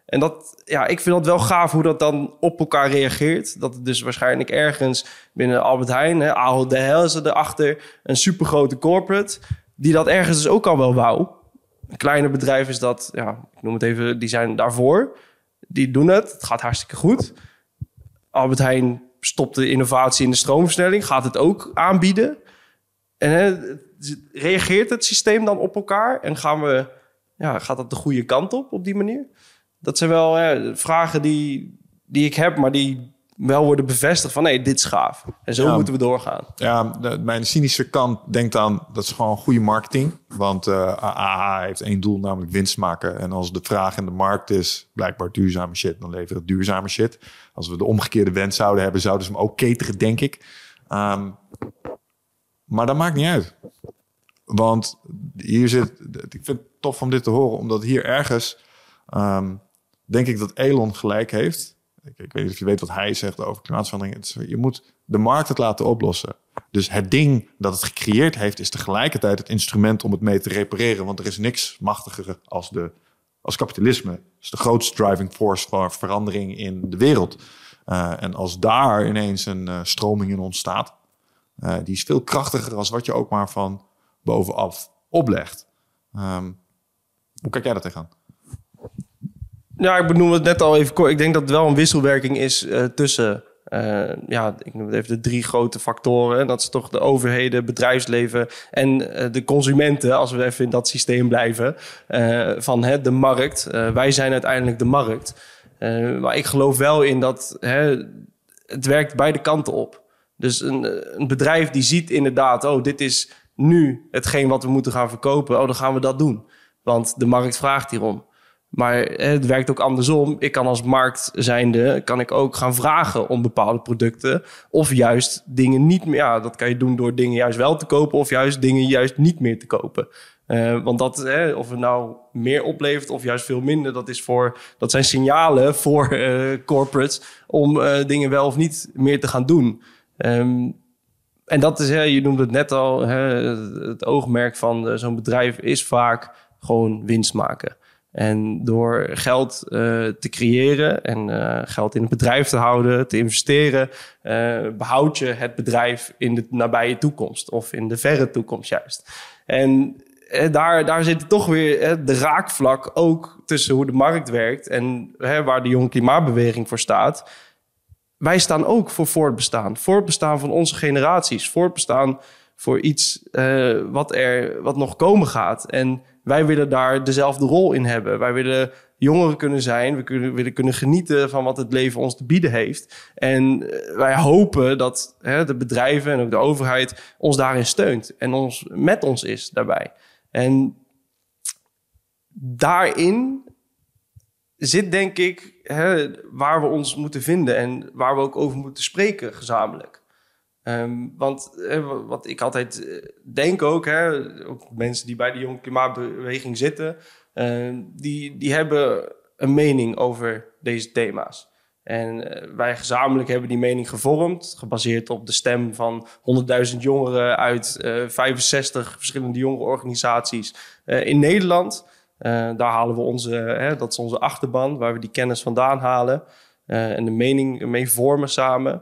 En ik vind dat wel gaaf hoe dat dan op elkaar reageert. Dat het dus waarschijnlijk ergens binnen Albert Heijn, Ahold Delhaize erachter, een supergrote corporate, die dat ergens dus ook al wel wou. Een kleiner bedrijf is dat, ik noem het even, die zijn daarvoor. Die doen het. Het gaat hartstikke goed. Albert Heijn stopt de innovatie in de stroomversnelling. Gaat het ook aanbieden. En reageert het systeem dan op elkaar? En gaat dat de goede kant op die manier? Dat zijn wel vragen die ik heb, maar die wel worden bevestigd van nee, dit is gaaf. En zo moeten we doorgaan. Ja, mijn cynische kant denkt dan, dat is gewoon goede marketing. Want AH heeft één doel, namelijk winst maken. En als de vraag in de markt is blijkbaar duurzame shit, dan leveren het duurzame shit. Als we de omgekeerde wens zouden hebben, zouden ze hem ook cateren, denk ik. Maar dat maakt niet uit. Want hier zit, ik vind het tof om dit te horen, omdat hier ergens denk ik dat Elon gelijk heeft. Ik weet niet of je weet wat hij zegt over klimaatverandering. Je moet de markt het laten oplossen. Dus het ding dat het gecreëerd heeft, is tegelijkertijd het instrument om het mee te repareren. Want er is niks machtiger als kapitalisme. Het is de grootste driving force voor verandering in de wereld. En als daar ineens een stroming in ontstaat, die is veel krachtiger dan wat je ook maar van bovenaf oplegt. Hoe kijk jij daar tegenaan? Ja, ik benoem het net al even kort. Ik denk dat het wel een wisselwerking is tussen, ik noem het even de 3 grote factoren. Dat is toch de overheden, bedrijfsleven en de consumenten, als we even in dat systeem blijven, van de markt. Wij zijn uiteindelijk de markt. Maar ik geloof wel in dat het werkt beide kanten op. Dus een bedrijf die ziet inderdaad, dit is nu hetgeen wat we moeten gaan verkopen. Dan gaan we dat doen. Want de markt vraagt hierom. Maar het werkt ook andersom. Ik kan als markt zijnde, kan ik ook gaan vragen om bepaalde producten. Of juist dingen niet meer. Ja, dat kan je doen door dingen juist wel te kopen. Of juist dingen juist niet meer te kopen. Want dat, of het nou meer oplevert of juist veel minder. Dat zijn signalen voor corporates om dingen wel of niet meer te gaan doen. En dat is, je noemde het net al. Het oogmerk van zo'n bedrijf is vaak gewoon winst maken. En door geld te creëren en geld in het bedrijf te houden, te investeren, behoud je het bedrijf in de nabije toekomst of in de verre toekomst juist. En daar zit toch weer de raakvlak ook tussen hoe de markt werkt en waar de Jonge Klimaatbeweging voor staat. Wij staan ook voor voortbestaan van onze generaties, voortbestaan voor iets wat nog komen gaat. En wij willen daar dezelfde rol in hebben. Wij willen jongeren kunnen zijn. We willen kunnen genieten van wat het leven ons te bieden heeft. En wij hopen dat de bedrijven en ook de overheid ons daarin steunt. En met ons is daarbij. En daarin zit denk ik waar we ons moeten vinden. En waar we ook over moeten spreken gezamenlijk. Want wat ik altijd denk ook mensen die bij de Jonge Klimaatbeweging zitten, die hebben een mening over deze thema's. En wij gezamenlijk hebben die mening gevormd, gebaseerd op de stem van 100.000 jongeren uit 65 verschillende jongerenorganisaties in Nederland. Daar halen we dat is onze achterban, waar we die kennis vandaan halen en de mening mee vormen samen.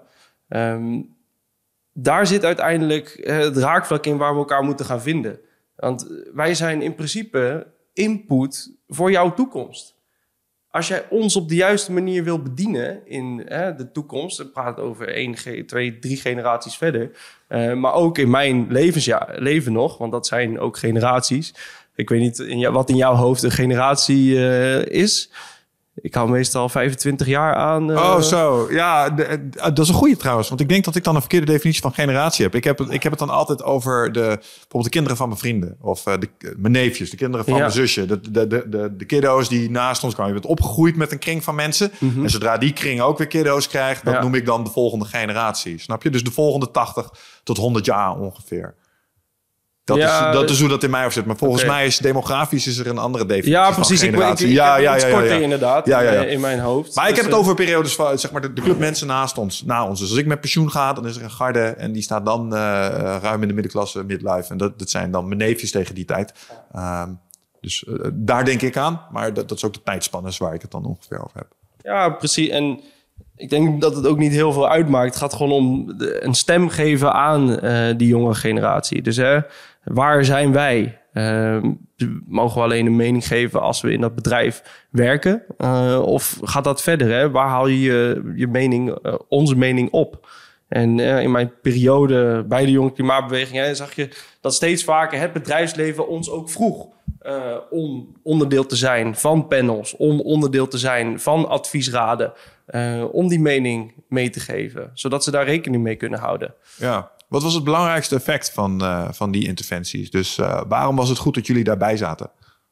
Daar zit uiteindelijk het raakvlak in waar we elkaar moeten gaan vinden. Want wij zijn in principe input voor jouw toekomst. Als jij ons op de juiste manier wil bedienen in de toekomst, we praten over 1, 2, 3 generaties verder, maar ook in mijn leven nog, want dat zijn ook generaties. Ik weet niet wat in jouw hoofd een generatie is. Ik hou meestal 25 jaar aan. Ja, dat is een goede trouwens. Want ik denk dat ik dan een verkeerde definitie van generatie heb. Ik heb het dan altijd over bijvoorbeeld de kinderen van mijn vrienden. Of mijn neefjes, de kinderen van mijn zusje. De kiddo's die naast ons kwamen. Je bent opgegroeid met een kring van mensen. Mm-hmm. En zodra die kring ook weer kiddo's krijgt, dat noem ik dan de volgende generatie. Snap je? Dus de volgende 80 tot 100 jaar ongeveer. Dat is hoe dat in mij zit. Maar volgens mij is demografisch er een andere definitie. Ja, precies. Ik korter inderdaad in mijn hoofd. Maar ik heb het over periodes van zeg maar de club mensen na ons. Dus als ik met pensioen ga, dan is er een garde en die staat dan ruim in de middenklasse, midlife. En dat zijn dan mijn neefjes tegen die tijd. Dus daar denk ik aan. Maar dat is ook de tijdspanne waar ik het dan ongeveer over heb. Ja, precies. En ik denk dat het ook niet heel veel uitmaakt. Het gaat gewoon om een stem geven aan die jonge generatie. Dus waar zijn wij? Mogen we alleen een mening geven als we in dat bedrijf werken? Of gaat dat verder? Hè? Waar haal je je mening, onze mening op? En in mijn periode bij de Jonge Klimaatbeweging zag je dat steeds vaker het bedrijfsleven ons ook vroeg om onderdeel te zijn van panels, om onderdeel te zijn van adviesraden, om die mening mee te geven, zodat ze daar rekening mee kunnen houden. Ja. Wat was het belangrijkste effect van die interventies? Dus waarom was het goed dat jullie daarbij zaten?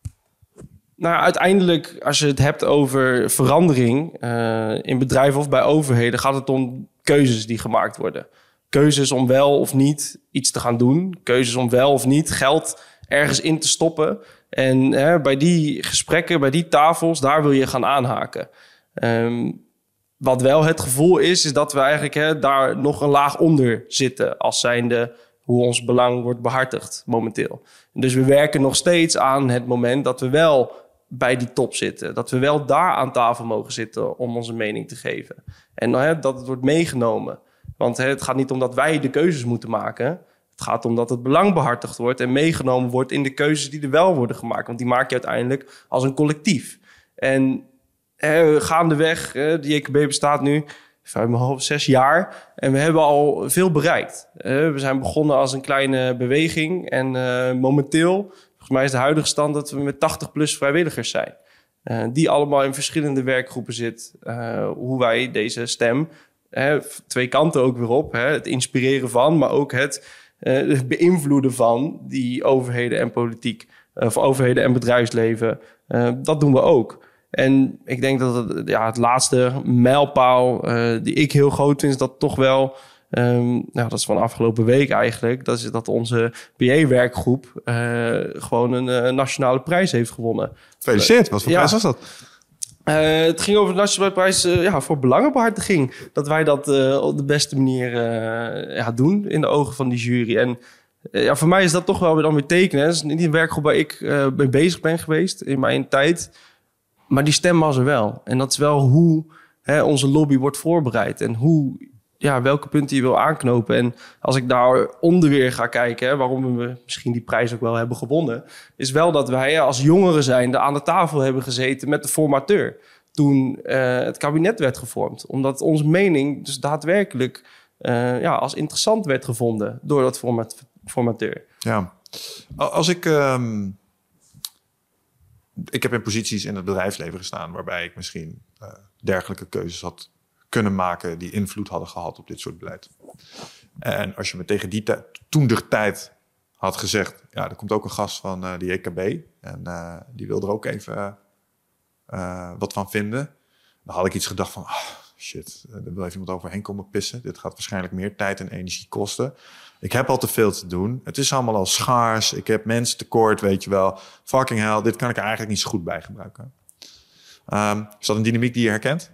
Nou, uiteindelijk, als je het hebt over verandering in bedrijven of bij overheden, gaat het om keuzes die gemaakt worden. Keuzes om wel of niet iets te gaan doen. Keuzes om wel of niet geld ergens in te stoppen. En bij die gesprekken, bij die tafels, daar wil je gaan aanhaken. Wat wel het gevoel is dat we eigenlijk daar nog een laag onder zitten als zijnde hoe ons belang wordt behartigd momenteel. Dus we werken nog steeds aan het moment dat we wel bij die top zitten. Dat we wel daar aan tafel mogen zitten om onze mening te geven. En dat het wordt meegenomen. Want het gaat niet om dat wij de keuzes moeten maken. Het gaat om dat het belang behartigd wordt en meegenomen wordt in de keuzes die er wel worden gemaakt. Want die maak je uiteindelijk als een collectief. En gaandeweg, de JKB bestaat nu 6 jaar en we hebben al veel bereikt. We zijn begonnen als een kleine beweging en momenteel, volgens mij is de huidige stand dat we met 80+ vrijwilligers zijn. Die allemaal in verschillende werkgroepen zitten. Hoe wij deze stem, twee kanten ook weer op, het inspireren van, maar ook het beïnvloeden van die overheden en politiek, of overheden en bedrijfsleven. Dat doen we ook. En ik denk dat het laatste mijlpaal die ik heel groot vind, is dat toch wel, dat is van afgelopen week eigenlijk, dat is dat onze PA-werkgroep gewoon een nationale prijs heeft gewonnen. Gefeliciteerd, wat voor prijs was dat? Het ging over de nationale prijs voor belangenbehartiging. Dat wij dat op de beste manier doen in de ogen van die jury. En voor mij is dat toch wel weer tekenen. Het is niet een werkgroep waar ik mee bezig ben geweest in mijn tijd. Maar die stem was er wel. En dat is wel hoe onze lobby wordt voorbereid. En welke punten je wil aanknopen. En als ik daaronder weer ga kijken, waarom we misschien die prijs ook wel hebben gewonnen, is wel dat wij als jongeren zijnde aan de tafel hebben gezeten met de formateur. Toen het kabinet werd gevormd. Omdat onze mening dus daadwerkelijk als interessant werd gevonden door dat formateur. Ja, als ik heb in posities in het bedrijfsleven gestaan waarbij ik misschien dergelijke keuzes had kunnen maken die invloed hadden gehad op dit soort beleid. En als je me tegen die toentertijd had gezegd, er komt ook een gast van de JKB en die wil er ook even wat van vinden, dan had ik iets gedacht van, shit, er wil even iemand overheen komen pissen. Dit gaat waarschijnlijk meer tijd en energie kosten. Ik heb al te veel te doen. Het is allemaal al schaars. Ik heb mensen tekort, weet je wel. Fucking hell, dit kan ik er eigenlijk niet zo goed bij gebruiken. Is dat een dynamiek die je herkent?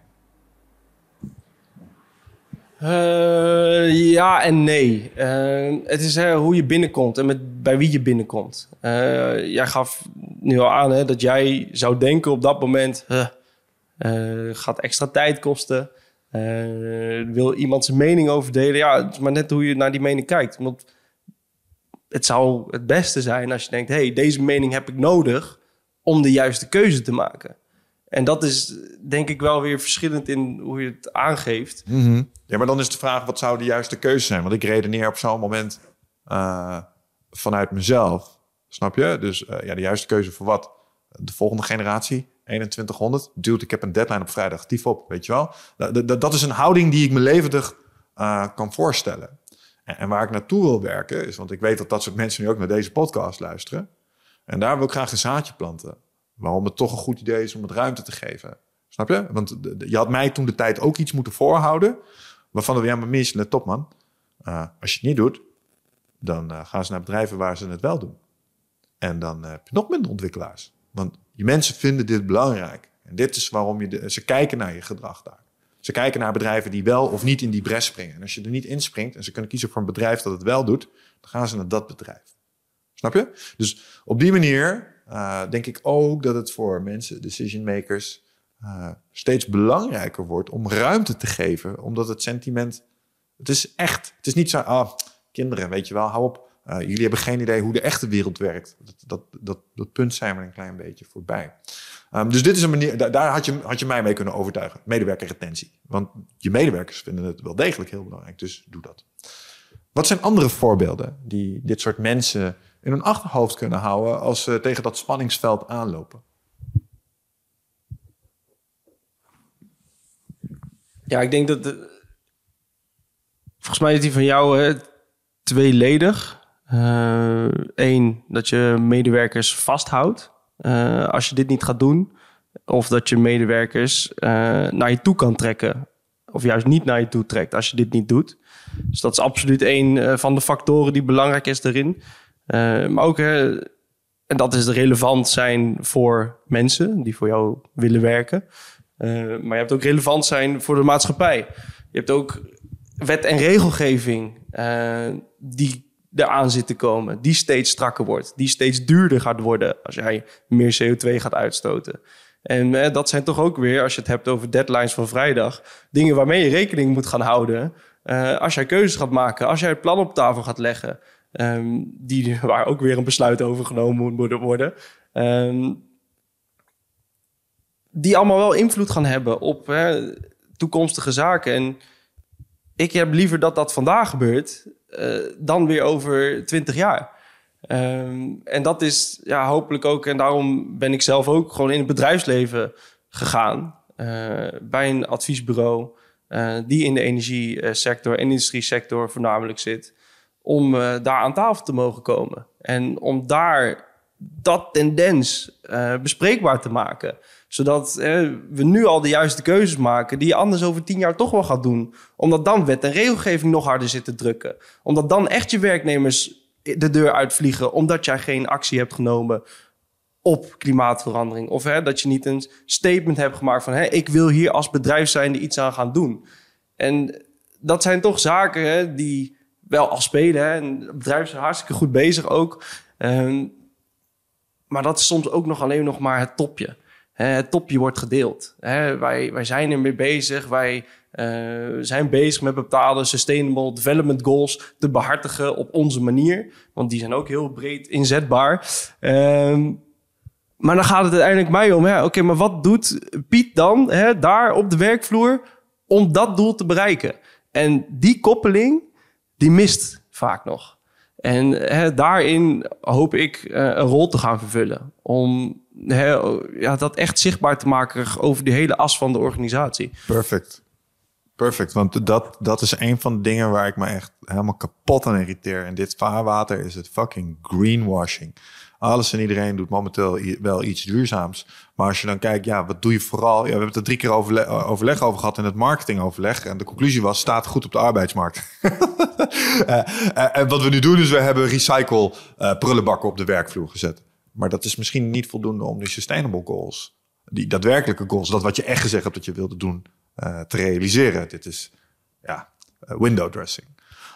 Ja en nee. Het is hoe je binnenkomt en bij wie je binnenkomt. Jij gaf nu al aan dat jij zou denken op dat moment, gaat extra tijd kosten. Wil iemand zijn mening overdelen? Ja, het is maar net hoe je naar die mening kijkt. Want het zou het beste zijn als je denkt, hey, deze mening heb ik nodig om de juiste keuze te maken. En dat is denk ik wel weer verschillend in hoe je het aangeeft. Mm-hmm. Ja, maar dan is de vraag, wat zou de juiste keuze zijn? Want ik redeneer op zo'n moment vanuit mezelf. Snap je? Dus de juiste keuze voor wat? De volgende generatie, 2100. Dude, ik heb een deadline op vrijdag. Tief op, weet je wel? Dat is een houding die ik me levendig kan voorstellen. En waar ik naartoe wil werken is, want ik weet dat soort mensen nu ook naar deze podcast luisteren. En daar wil ik graag een zaadje planten. Waarom het toch een goed idee is om het ruimte te geven. Snap je? Want je had mij toen de tijd ook iets moeten voorhouden. Waarvan we, maar Mies, let op man. Als je het niet doet, dan gaan ze naar bedrijven waar ze het wel doen. En dan heb je nog minder ontwikkelaars. Want je mensen vinden dit belangrijk. En dit is waarom ze kijken naar je gedrag daar. Ze kijken naar bedrijven die wel of niet in die bres springen. En als je er niet inspringt en ze kunnen kiezen voor een bedrijf dat het wel doet, dan gaan ze naar dat bedrijf. Snap je? Dus op die manier denk ik ook dat het voor mensen, decision makers, steeds belangrijker wordt om ruimte te geven. Omdat het sentiment, het is echt. Het is niet zo, kinderen, weet je wel, hou op. Jullie hebben geen idee hoe de echte wereld werkt. Dat punt zijn we een klein beetje voorbij. Dus dit is een manier, daar had je mij mee kunnen overtuigen. Medewerkerretentie. Want je medewerkers vinden het wel degelijk heel belangrijk, dus doe dat. Wat zijn andere voorbeelden die dit soort mensen in hun achterhoofd kunnen houden als ze tegen dat spanningsveld aanlopen? Ja, ik denk dat volgens mij is die van jou tweeledig. Eén, dat je medewerkers vasthoudt als je dit niet gaat doen. Of dat je medewerkers naar je toe kan trekken. Of juist niet naar je toe trekt als je dit niet doet. Dus dat is absoluut één van de factoren die belangrijk is daarin. Maar ook, en dat is relevant zijn voor mensen die voor jou willen werken. Maar je hebt ook relevant zijn voor de maatschappij. Je hebt ook wet en regelgeving die eraan zit te komen. Die steeds strakker wordt. Die steeds duurder gaat worden als jij meer CO2 gaat uitstoten. En dat zijn toch ook weer, als je het hebt over deadlines van vrijdag, dingen waarmee je rekening moet gaan houden. Als jij keuzes gaat maken, als jij het plan op tafel gaat leggen, waar ook weer een besluit over genomen moet worden. Die allemaal wel invloed gaan hebben op toekomstige zaken. En ik heb liever dat vandaag gebeurt dan weer over 20 jaar. En dat is hopelijk ook, en daarom ben ik zelf ook gewoon in het bedrijfsleven gegaan. Bij een adviesbureau die in de energiesector en industriesector voornamelijk zit. Om daar aan tafel te mogen komen. En om daar dat tendens bespreekbaar te maken. Zodat we nu al de juiste keuzes maken die je anders over 10 jaar toch wel gaat doen. Omdat dan wet en regelgeving nog harder zit te drukken. Omdat dan echt je werknemers de deur uitvliegen omdat jij geen actie hebt genomen op klimaatverandering. Of dat je niet een statement hebt gemaakt van ik wil hier als bedrijf zijnde iets aan gaan doen. En dat zijn toch zaken die wel al spelen. En het bedrijf is hartstikke goed bezig ook. Maar dat is soms ook nog alleen nog maar het topje. Het topje wordt gedeeld. Wij zijn ermee bezig. Wij zijn bezig met bepaalde Sustainable Development Goals te behartigen op onze manier. Want die zijn ook heel breed inzetbaar. Maar dan gaat het uiteindelijk mij om. Oké, maar wat doet Piet dan daar op de werkvloer om dat doel te bereiken? En die koppeling, die mist vaak nog. En daarin hoop ik een rol te gaan vervullen. Om dat echt zichtbaar te maken over de hele as van de organisatie. Perfect, want dat is een van de dingen waar ik me echt helemaal kapot aan irriteer. En dit vaarwater is het fucking greenwashing. Alles en iedereen doet momenteel wel iets duurzaams. Maar als je dan kijkt, wat doe je vooral? We hebben het er 3 keer overleg over gehad in het marketingoverleg. En de conclusie was, staat goed op de arbeidsmarkt. En wat we nu doen is, we hebben recycle prullenbakken op de werkvloer gezet. Maar dat is misschien niet voldoende om die sustainable goals, die daadwerkelijke goals, dat wat je echt gezegd hebt dat je wilde doen, te realiseren. Dit is window dressing.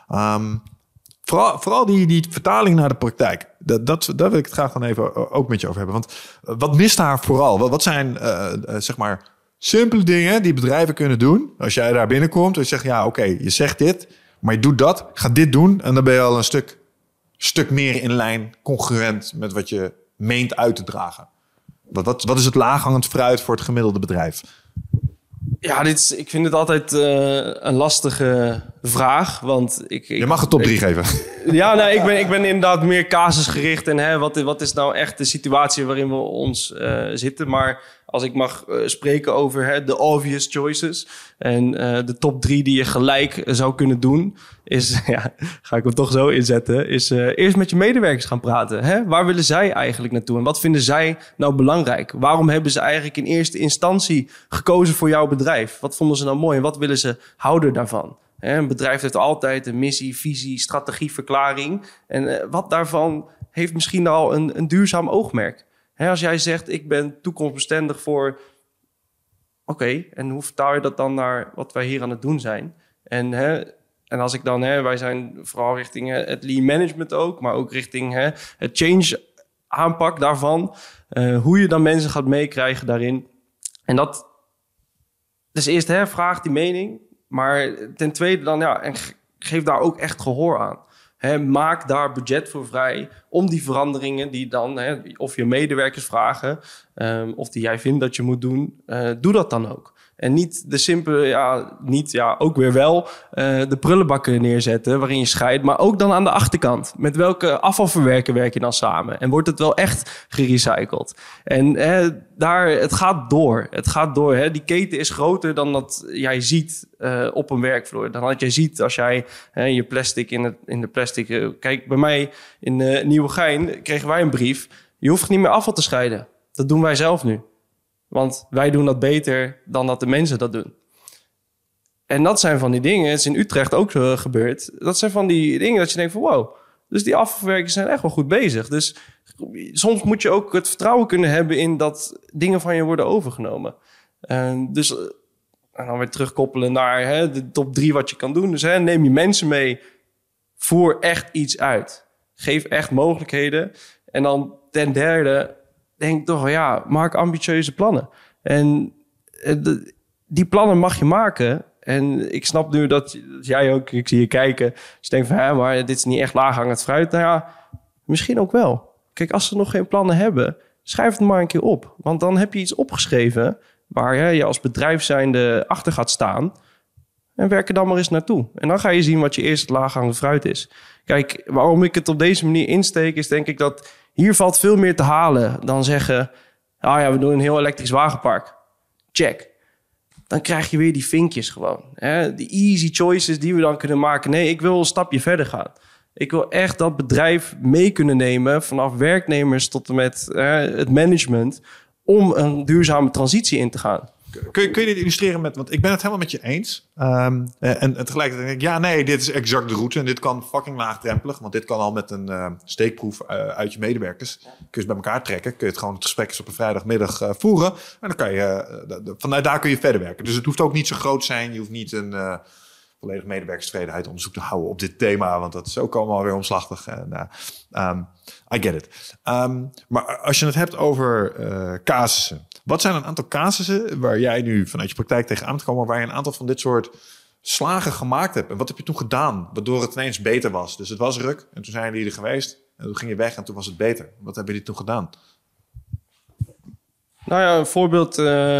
Vooral die vertaling naar de praktijk. Daar wil ik het graag dan even ook met je over hebben. Want wat mist daar vooral? Wat zijn zeg maar simpele dingen die bedrijven kunnen doen als jij daar binnenkomt en zegt, oké, je zegt dit, maar je doet dat, ga dit doen en dan ben je al een stuk meer in lijn, congruent met wat je meent uit te dragen. Wat is het laaghangend fruit voor het gemiddelde bedrijf? Ja, ik vind het altijd een lastige vraag. Want je mag een top 3 geven. Ja, nee, ik ben inderdaad meer casusgericht. En wat is nou echt de situatie waarin we ons zitten? Maar als ik mag spreken over de obvious choices. En de top 3 die je gelijk zou kunnen doen. Is, ga ik hem toch zo inzetten. Is eerst met je medewerkers gaan praten. Waar willen zij eigenlijk naartoe? En wat vinden zij nou belangrijk? Waarom hebben ze eigenlijk in eerste instantie gekozen voor jouw bedrijf? Wat vonden ze nou mooi? En wat willen ze houden daarvan? Een bedrijf heeft altijd een missie, visie, strategie, verklaring. En wat daarvan heeft misschien al een duurzaam oogmerk. Als jij zegt, ik ben toekomstbestendig voor... Oké, en hoe vertaal je dat dan naar wat wij hier aan het doen zijn? En En als ik dan, wij zijn vooral richting het lean management ook, maar ook richting het change aanpak daarvan. Hoe je dan mensen gaat meekrijgen daarin. En dat is eerst, vraag die mening. Maar ten tweede dan, en geef daar ook echt gehoor aan. Maak daar budget voor vrij om die veranderingen die dan, of je medewerkers vragen, of die jij vindt dat je moet doen, doe dat dan ook. En niet de simpele, ook weer wel de prullenbakken neerzetten waarin je scheidt, maar ook dan aan de achterkant. Met welke afvalverwerker werk je dan samen? En wordt het wel echt gerecycled? En het gaat door. Het gaat door. Die keten is groter dan dat jij ziet op een werkvloer. Dan dat jij ziet als jij je plastic in de plastic... kijk, bij mij in Nieuwegein kregen wij een brief. Je hoeft niet meer afval te scheiden. Dat doen wij zelf nu. Want wij doen dat beter dan dat de mensen dat doen. En dat zijn van die dingen, het is in Utrecht ook zo gebeurd. Dat zijn van die dingen dat je denkt van wow, dus die afvalverwerkers zijn echt wel goed bezig. Dus soms moet je ook het vertrouwen kunnen hebben in dat dingen van je worden overgenomen. En dan weer terugkoppelen naar de top 3 wat je kan doen. Dus neem je mensen mee, voer echt iets uit. Geef echt mogelijkheden. En dan ten derde, denk toch, maak ambitieuze plannen. En die plannen mag je maken. En ik snap nu dat jij ook, ik zie je kijken, dus je denkt van, maar dit is niet echt laaghangend fruit. Nou ja, misschien ook wel. Kijk, als ze nog geen plannen hebben, schrijf het maar een keer op. Want dan heb je iets opgeschreven waar je als bedrijf zijnde achter gaat staan. En werk er dan maar eens naartoe. En dan ga je zien wat je eerste laaghangend fruit is. Kijk, waarom ik het op deze manier insteek, is denk ik dat hier valt veel meer te halen dan zeggen, we doen een heel elektrisch wagenpark. Check. Dan krijg je weer die vinkjes gewoon. Die easy choices die we dan kunnen maken. Nee, ik wil een stapje verder gaan. Ik wil echt dat bedrijf mee kunnen nemen, vanaf werknemers tot en met het management, om een duurzame transitie in te gaan. Kun je dit illustreren met... Want ik ben het helemaal met je eens. En tegelijkertijd denk ik... dit is exact de route. En dit kan fucking laagdrempelig. Want dit kan al met een steekproef uit je medewerkers. Kun je het bij elkaar trekken. Kun je het gewoon het gesprek eens op een vrijdagmiddag voeren. En dan kan je... vanuit daar kun je verder werken. Dus het hoeft ook niet zo groot te zijn. Je hoeft niet een volledig medewerkerstevredenheid onderzoek te houden op dit thema. Want dat is ook allemaal weer omslachtig. I get it. Maar als je het hebt over casussen. Wat zijn een aantal casussen waar jij nu vanuit je praktijk tegenaan te komen, waar je een aantal van dit soort slagen gemaakt hebt? En wat heb je toen gedaan, waardoor het ineens beter was? Dus het was ruk en toen zijn jullie er geweest en toen ging je weg en toen was het beter. Wat hebben jullie toen gedaan? Nou ja, een voorbeeld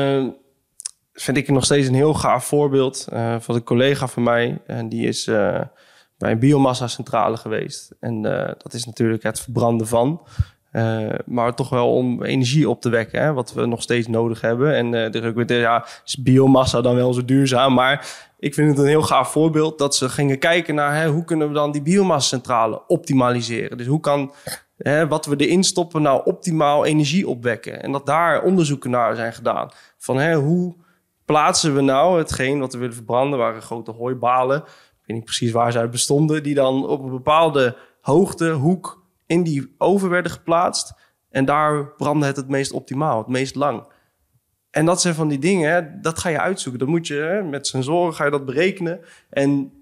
vind ik nog steeds een heel gaaf voorbeeld van een collega van mij. En die is bij een biomassa-centrale geweest. En dat is natuurlijk het verbranden van. Maar toch wel om energie op te wekken, wat we nog steeds nodig hebben. En dus ook weer, is biomassa dan wel zo duurzaam? Maar ik vind het een heel gaaf voorbeeld dat ze gingen kijken naar hoe kunnen we dan die biomassa-centrale optimaliseren. Dus hoe kan wat we erin stoppen nou optimaal energie opwekken? En dat daar onderzoeken naar zijn gedaan. Van hoe plaatsen we nou hetgeen wat we willen verbranden? Waren grote hooibalen, ik weet niet precies waar ze uit bestonden, die dan op een bepaalde hoogte, hoek in die oven werden geplaatst. En daar brandde het meest optimaal, het meest lang. En dat zijn van die dingen, dat ga je uitzoeken. Dat moet je, met sensoren ga je dat berekenen. En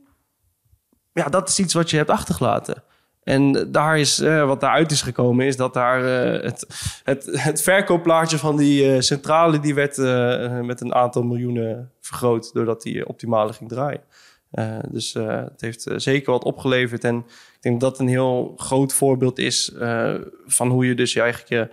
dat is iets wat je hebt achtergelaten. En daar is, wat daaruit is gekomen, is dat daar het verkoopplaatje van die centrale, die werd met een aantal miljoenen vergroot, doordat die optimaler ging draaien. Dus het heeft zeker wat opgeleverd. En ik denk dat dat een heel groot voorbeeld is van hoe je dus eigenlijk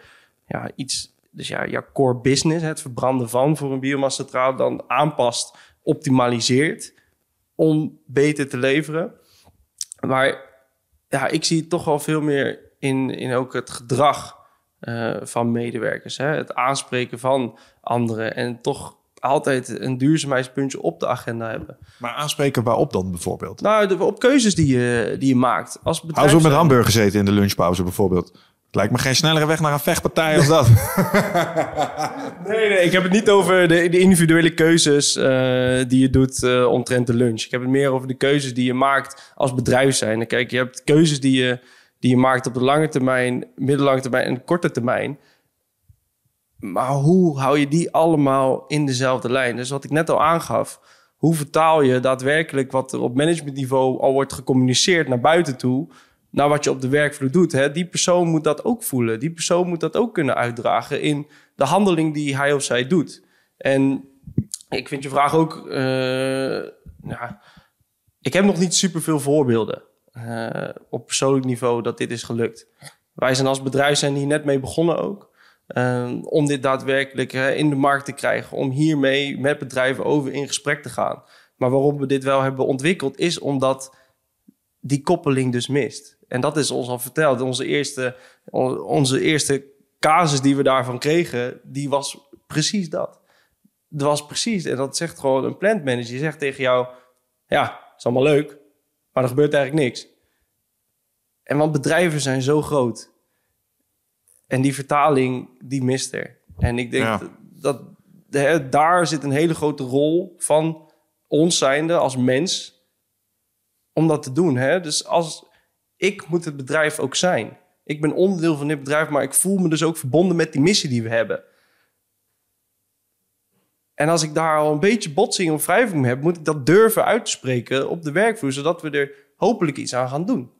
je core business, het verbranden van voor een biomassa-centrale, dan aanpast, optimaliseert om beter te leveren. Maar ik zie het toch wel veel meer in ook het gedrag van medewerkers. Het aanspreken van anderen en toch altijd een duurzaamheidspuntje op de agenda hebben. Maar aanspreken waarop dan bijvoorbeeld? Nou, op keuzes die je maakt. Als bedrijf hou zo met hamburgers eten in de lunchpauze bijvoorbeeld. Het lijkt me geen snellere weg naar een vechtpartij als dat. Nee, ik heb het niet over de individuele keuzes die je doet omtrent de lunch. Ik heb het meer over de keuzes die je maakt als bedrijf zijn. Kijk, je hebt keuzes die je maakt op de lange termijn, middellange termijn en korte termijn. Maar hoe hou je die allemaal in dezelfde lijn? Dus wat ik net al aangaf, hoe vertaal je daadwerkelijk wat er op managementniveau al wordt gecommuniceerd naar buiten toe, naar wat je op de werkvloer doet. Hè? Die persoon moet dat ook voelen. Die persoon moet dat ook kunnen uitdragen in de handeling die hij of zij doet. En ik vind je vraag ook... ik heb nog niet superveel voorbeelden op persoonlijk niveau dat dit is gelukt. Wij zijn als bedrijf hier net mee begonnen ook. Om dit daadwerkelijk in de markt te krijgen. Om hiermee met bedrijven over in gesprek te gaan. Maar waarom we dit wel hebben ontwikkeld is omdat die koppeling dus mist. En dat is ons al verteld. Onze eerste casus die we daarvan kregen, die was precies dat. Dat was precies, en dat zegt gewoon een plantmanager. Die zegt tegen jou, ja, het is allemaal leuk, maar er gebeurt eigenlijk niks. En want bedrijven zijn zo groot. En die vertaling, die mist er. En ik denk dat daar zit een hele grote rol van ons zijnde als mens om dat te doen. Hè? Dus ik moet het bedrijf ook zijn. Ik ben onderdeel van dit bedrijf, maar ik voel me dus ook verbonden met die missie die we hebben. En als ik daar al een beetje botsing of wrijving heb, moet ik dat durven uit te spreken op de werkvloer, zodat we er hopelijk iets aan gaan doen.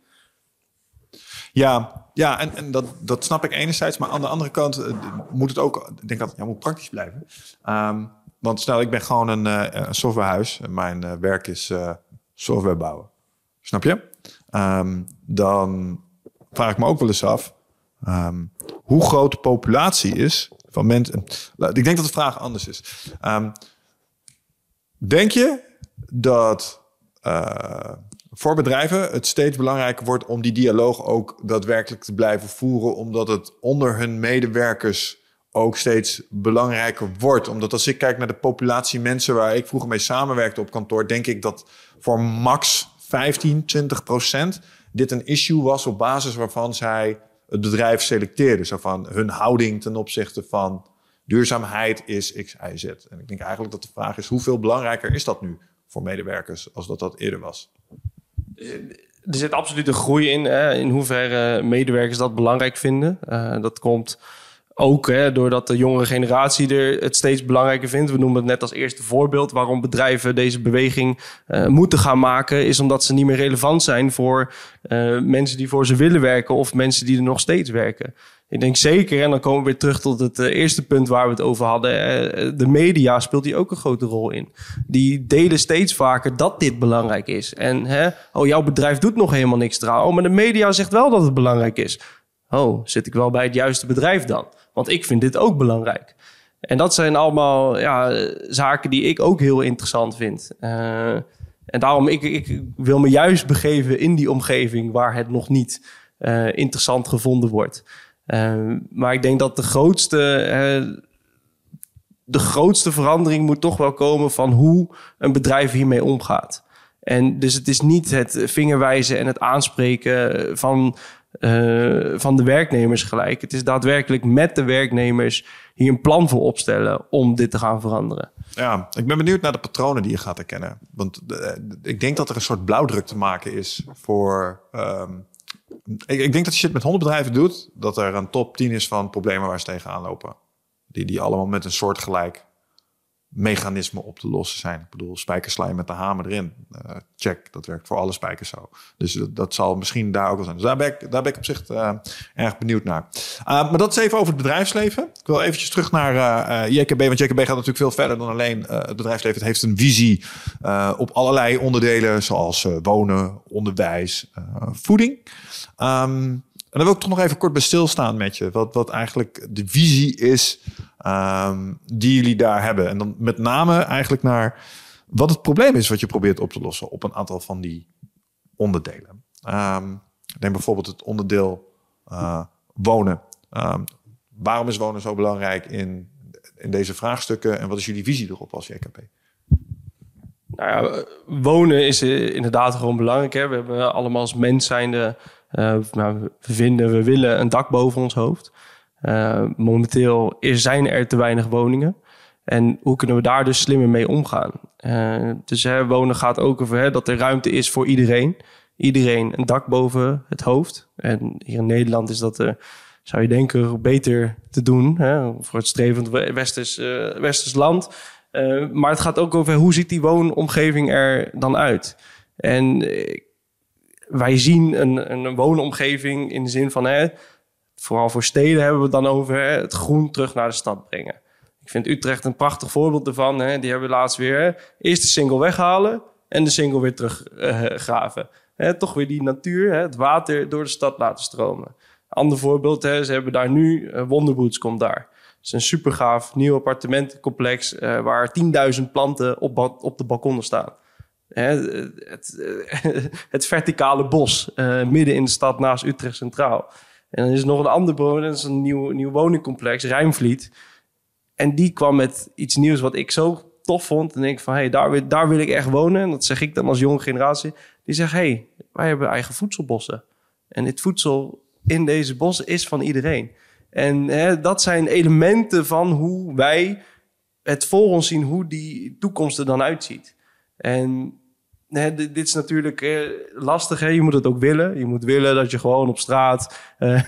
Ja, en dat snap ik enerzijds. Maar aan de andere kant moet het ook... Ik denk dat het moet praktisch blijven. Want stel, ik ben gewoon een softwarehuis. En mijn werk is software bouwen. Snap je? Dan vraag ik me ook wel eens af... hoe groot de populatie is van mensen... Ik denk dat de vraag anders is. Denk je dat... voor bedrijven het steeds belangrijker wordt om die dialoog ook daadwerkelijk te blijven voeren, omdat het onder hun medewerkers ook steeds belangrijker wordt. Omdat als ik kijk naar de populatie mensen waar ik vroeger mee samenwerkte op kantoor, denk ik dat voor max 15-20% dit een issue was op basis waarvan zij het bedrijf selecteerden. Zo van hun houding ten opzichte van duurzaamheid is X, Y, Z. En ik denk eigenlijk dat de vraag is, hoeveel belangrijker is dat nu voor medewerkers als dat eerder was? Er zit absoluut een groei in hoeverre medewerkers dat belangrijk vinden. Dat komt ook doordat de jongere generatie het steeds belangrijker vindt. We noemen het net als eerste voorbeeld waarom bedrijven deze beweging moeten gaan maken, is omdat ze niet meer relevant zijn voor mensen die voor ze willen werken of mensen die er nog steeds werken. Ik denk zeker, en dan komen we weer terug tot het eerste punt waar we het over hadden. De media speelt hier ook een grote rol in. Die delen steeds vaker dat dit belangrijk is. En jouw bedrijf doet nog helemaal niks eraan. Maar de media zegt wel dat het belangrijk is. Zit ik wel bij het juiste bedrijf dan? Want ik vind dit ook belangrijk. En dat zijn allemaal zaken die ik ook heel interessant vind. En daarom, ik wil me juist begeven in die omgeving waar het nog niet interessant gevonden wordt. Maar ik denk dat de grootste verandering moet toch wel komen van hoe een bedrijf hiermee omgaat. En dus het is niet het vingerwijzen en het aanspreken van de werknemers gelijk. Het is daadwerkelijk met de werknemers hier een plan voor opstellen om dit te gaan veranderen. Ja, ik ben benieuwd naar de patronen die je gaat herkennen. Want ik denk dat er een soort blauwdruk te maken is voor... Ik denk dat als je het met 100 bedrijven doet, dat er een top 10 is van problemen waar ze tegenaan lopen. Die allemaal met een soortgelijk mechanisme op te lossen zijn. Ik bedoel, spijkerslijm met de hamer erin. Check, dat werkt voor alle spijkers zo. Dus dat zal misschien daar ook wel zijn. Dus daar ben ik op zich erg benieuwd naar. Maar dat is even over het bedrijfsleven. Ik wil eventjes terug naar JKB. Want JKB gaat natuurlijk veel verder dan alleen het bedrijfsleven. Het heeft een visie op allerlei onderdelen, zoals wonen, onderwijs, voeding. En dan wil ik toch nog even kort bij stilstaan met je. Wat eigenlijk de visie is die jullie daar hebben. En dan met name eigenlijk naar wat het probleem is wat je probeert op te lossen op een aantal van die onderdelen. Neem bijvoorbeeld het onderdeel wonen. Waarom is wonen zo belangrijk in deze vraagstukken? En wat is jullie visie erop als JKP? Nou ja, wonen is inderdaad gewoon belangrijk. Hè? We hebben allemaal als mens zijnde... we willen een dak boven ons hoofd. Momenteel zijn er te weinig woningen. En hoe kunnen we daar dus slimmer mee omgaan? Dus wonen gaat ook over dat er ruimte is voor iedereen. Iedereen een dak boven het hoofd. En hier in Nederland is dat, zou je denken, beter te doen. Voor het strevend westers land. Maar het gaat ook over hoe ziet die woonomgeving er dan uit. En wij zien een woonomgeving in de zin van... vooral voor steden hebben we het dan over het groen terug naar de stad brengen. Ik vind Utrecht een prachtig voorbeeld ervan. Die hebben we laatst weer. Eerst de singel weghalen en de singel weer teruggraven. Toch weer die natuur, het water door de stad laten stromen. Ander voorbeeld, ze hebben daar nu... Wonderboots komt daar. Het is een super gaaf nieuw appartementencomplex... waar 10.000 planten op de balkonnen staan. Het verticale bos midden in de stad naast Utrecht Centraal. En dan is er nog een ander boom, dat is een nieuw woningcomplex, Rijnvliet. En die kwam met iets nieuws wat ik zo tof vond. En denk van, daar wil ik echt wonen. En dat zeg ik dan als jonge generatie. Die zegt, wij hebben eigen voedselbossen. En dit voedsel in deze bossen is van iedereen. En dat zijn elementen van hoe wij het voor ons zien... hoe die toekomst er dan uitziet. En dit is natuurlijk lastig. Je moet het ook willen. Je moet willen dat je gewoon op straat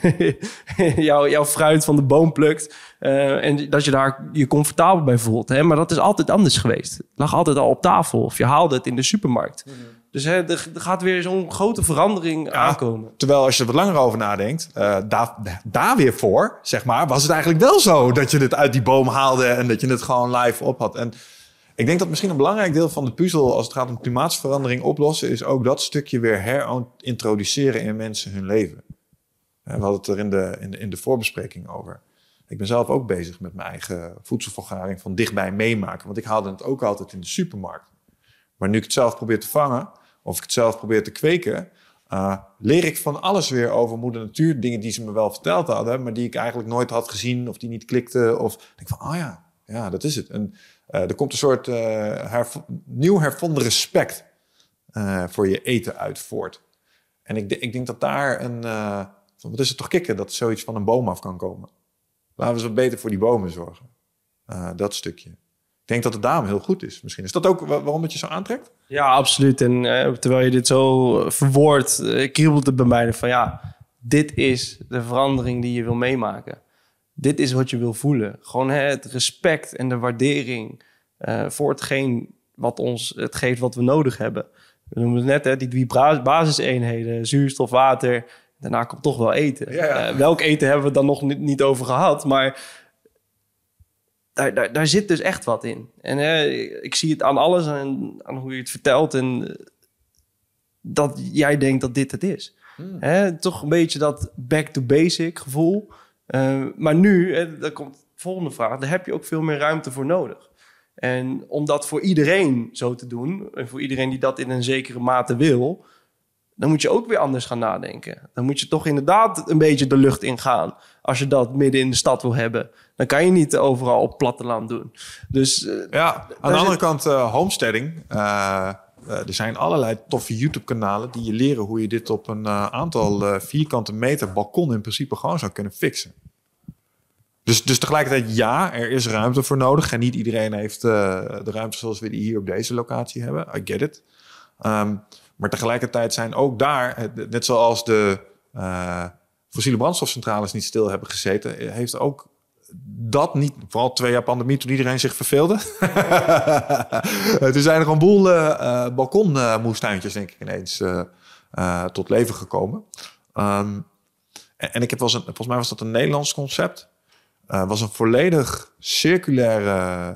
jouw fruit van de boom plukt. En dat je daar je comfortabel bij voelt. Maar dat is altijd anders geweest. Het lag altijd al op tafel. Of je haalde het in de supermarkt. Mm-hmm. Dus er gaat weer zo'n grote verandering aankomen. Terwijl als je er wat langer over nadenkt... daar weer voor, zeg maar... was het eigenlijk wel zo dat je het uit die boom haalde... en dat je het gewoon live op had. En ik denk dat misschien een belangrijk deel van de puzzel... als het gaat om klimaatverandering oplossen... is ook dat stukje weer herintroduceren in mensen hun leven. We hadden het er in de voorbespreking over. Ik ben zelf ook bezig met mijn eigen voedselvergaring... van dichtbij meemaken. Want ik haalde het ook altijd in de supermarkt. Maar nu ik het zelf probeer te vangen... of ik het zelf probeer te kweken... leer ik van alles weer over moeder natuur. Dingen die ze me wel verteld hadden... maar die ik eigenlijk nooit had gezien... of die niet klikten. Of denk van, ja, dat is het. En er komt een soort nieuw hervonden respect... voor je eten uit voort. En ik denk dat daar wat is het toch kicken... dat zoiets van een boom af kan komen. Laten we eens wat beter voor die bomen zorgen. Dat stukje. Ik denk dat het daarom heel goed is. Misschien is dat ook waarom het je zo aantrekt? Ja, absoluut. En terwijl je dit zo verwoordt, kriebelt het bij mij van dit is de verandering die je wil meemaken. Dit is wat je wil voelen. Gewoon het respect en de waardering voor hetgeen wat ons het geeft wat we nodig hebben. We noemen het net, die 3 basiseenheden, zuurstof, water. Daarna komt toch wel eten. Ja. Welk eten hebben we dan nog niet over gehad, maar... Daar zit dus echt wat in. En ik zie het aan alles en aan hoe je het vertelt... en dat jij denkt dat dit het is. Toch een beetje dat back to basic gevoel. Maar nu, dan komt de volgende vraag... daar heb je ook veel meer ruimte voor nodig. En om dat voor iedereen zo te doen... en voor iedereen die dat in een zekere mate wil... dan moet je ook weer anders gaan nadenken. Dan moet je toch inderdaad een beetje de lucht ingaan... als je dat midden in de stad wil hebben... dan kan je niet overal op platteland doen. Dus, aan de andere kant homesteading. Er zijn allerlei toffe YouTube-kanalen... die je leren hoe je dit op een aantal vierkante meter balkon... in principe gewoon zou kunnen fixen. Dus tegelijkertijd er is ruimte voor nodig. En niet iedereen heeft de ruimte zoals we die hier op deze locatie hebben. I get it. Maar tegelijkertijd zijn ook daar... net zoals de fossiele brandstofcentrales niet stil hebben gezeten... heeft ook dat niet... vooral 2 jaar pandemie toen iedereen zich verveelde. Er zijn er een boel balkonmoestuintjes denk ik ineens tot leven gekomen. En ik heb volgens mij was dat een Nederlands concept. Was een volledig circulaire...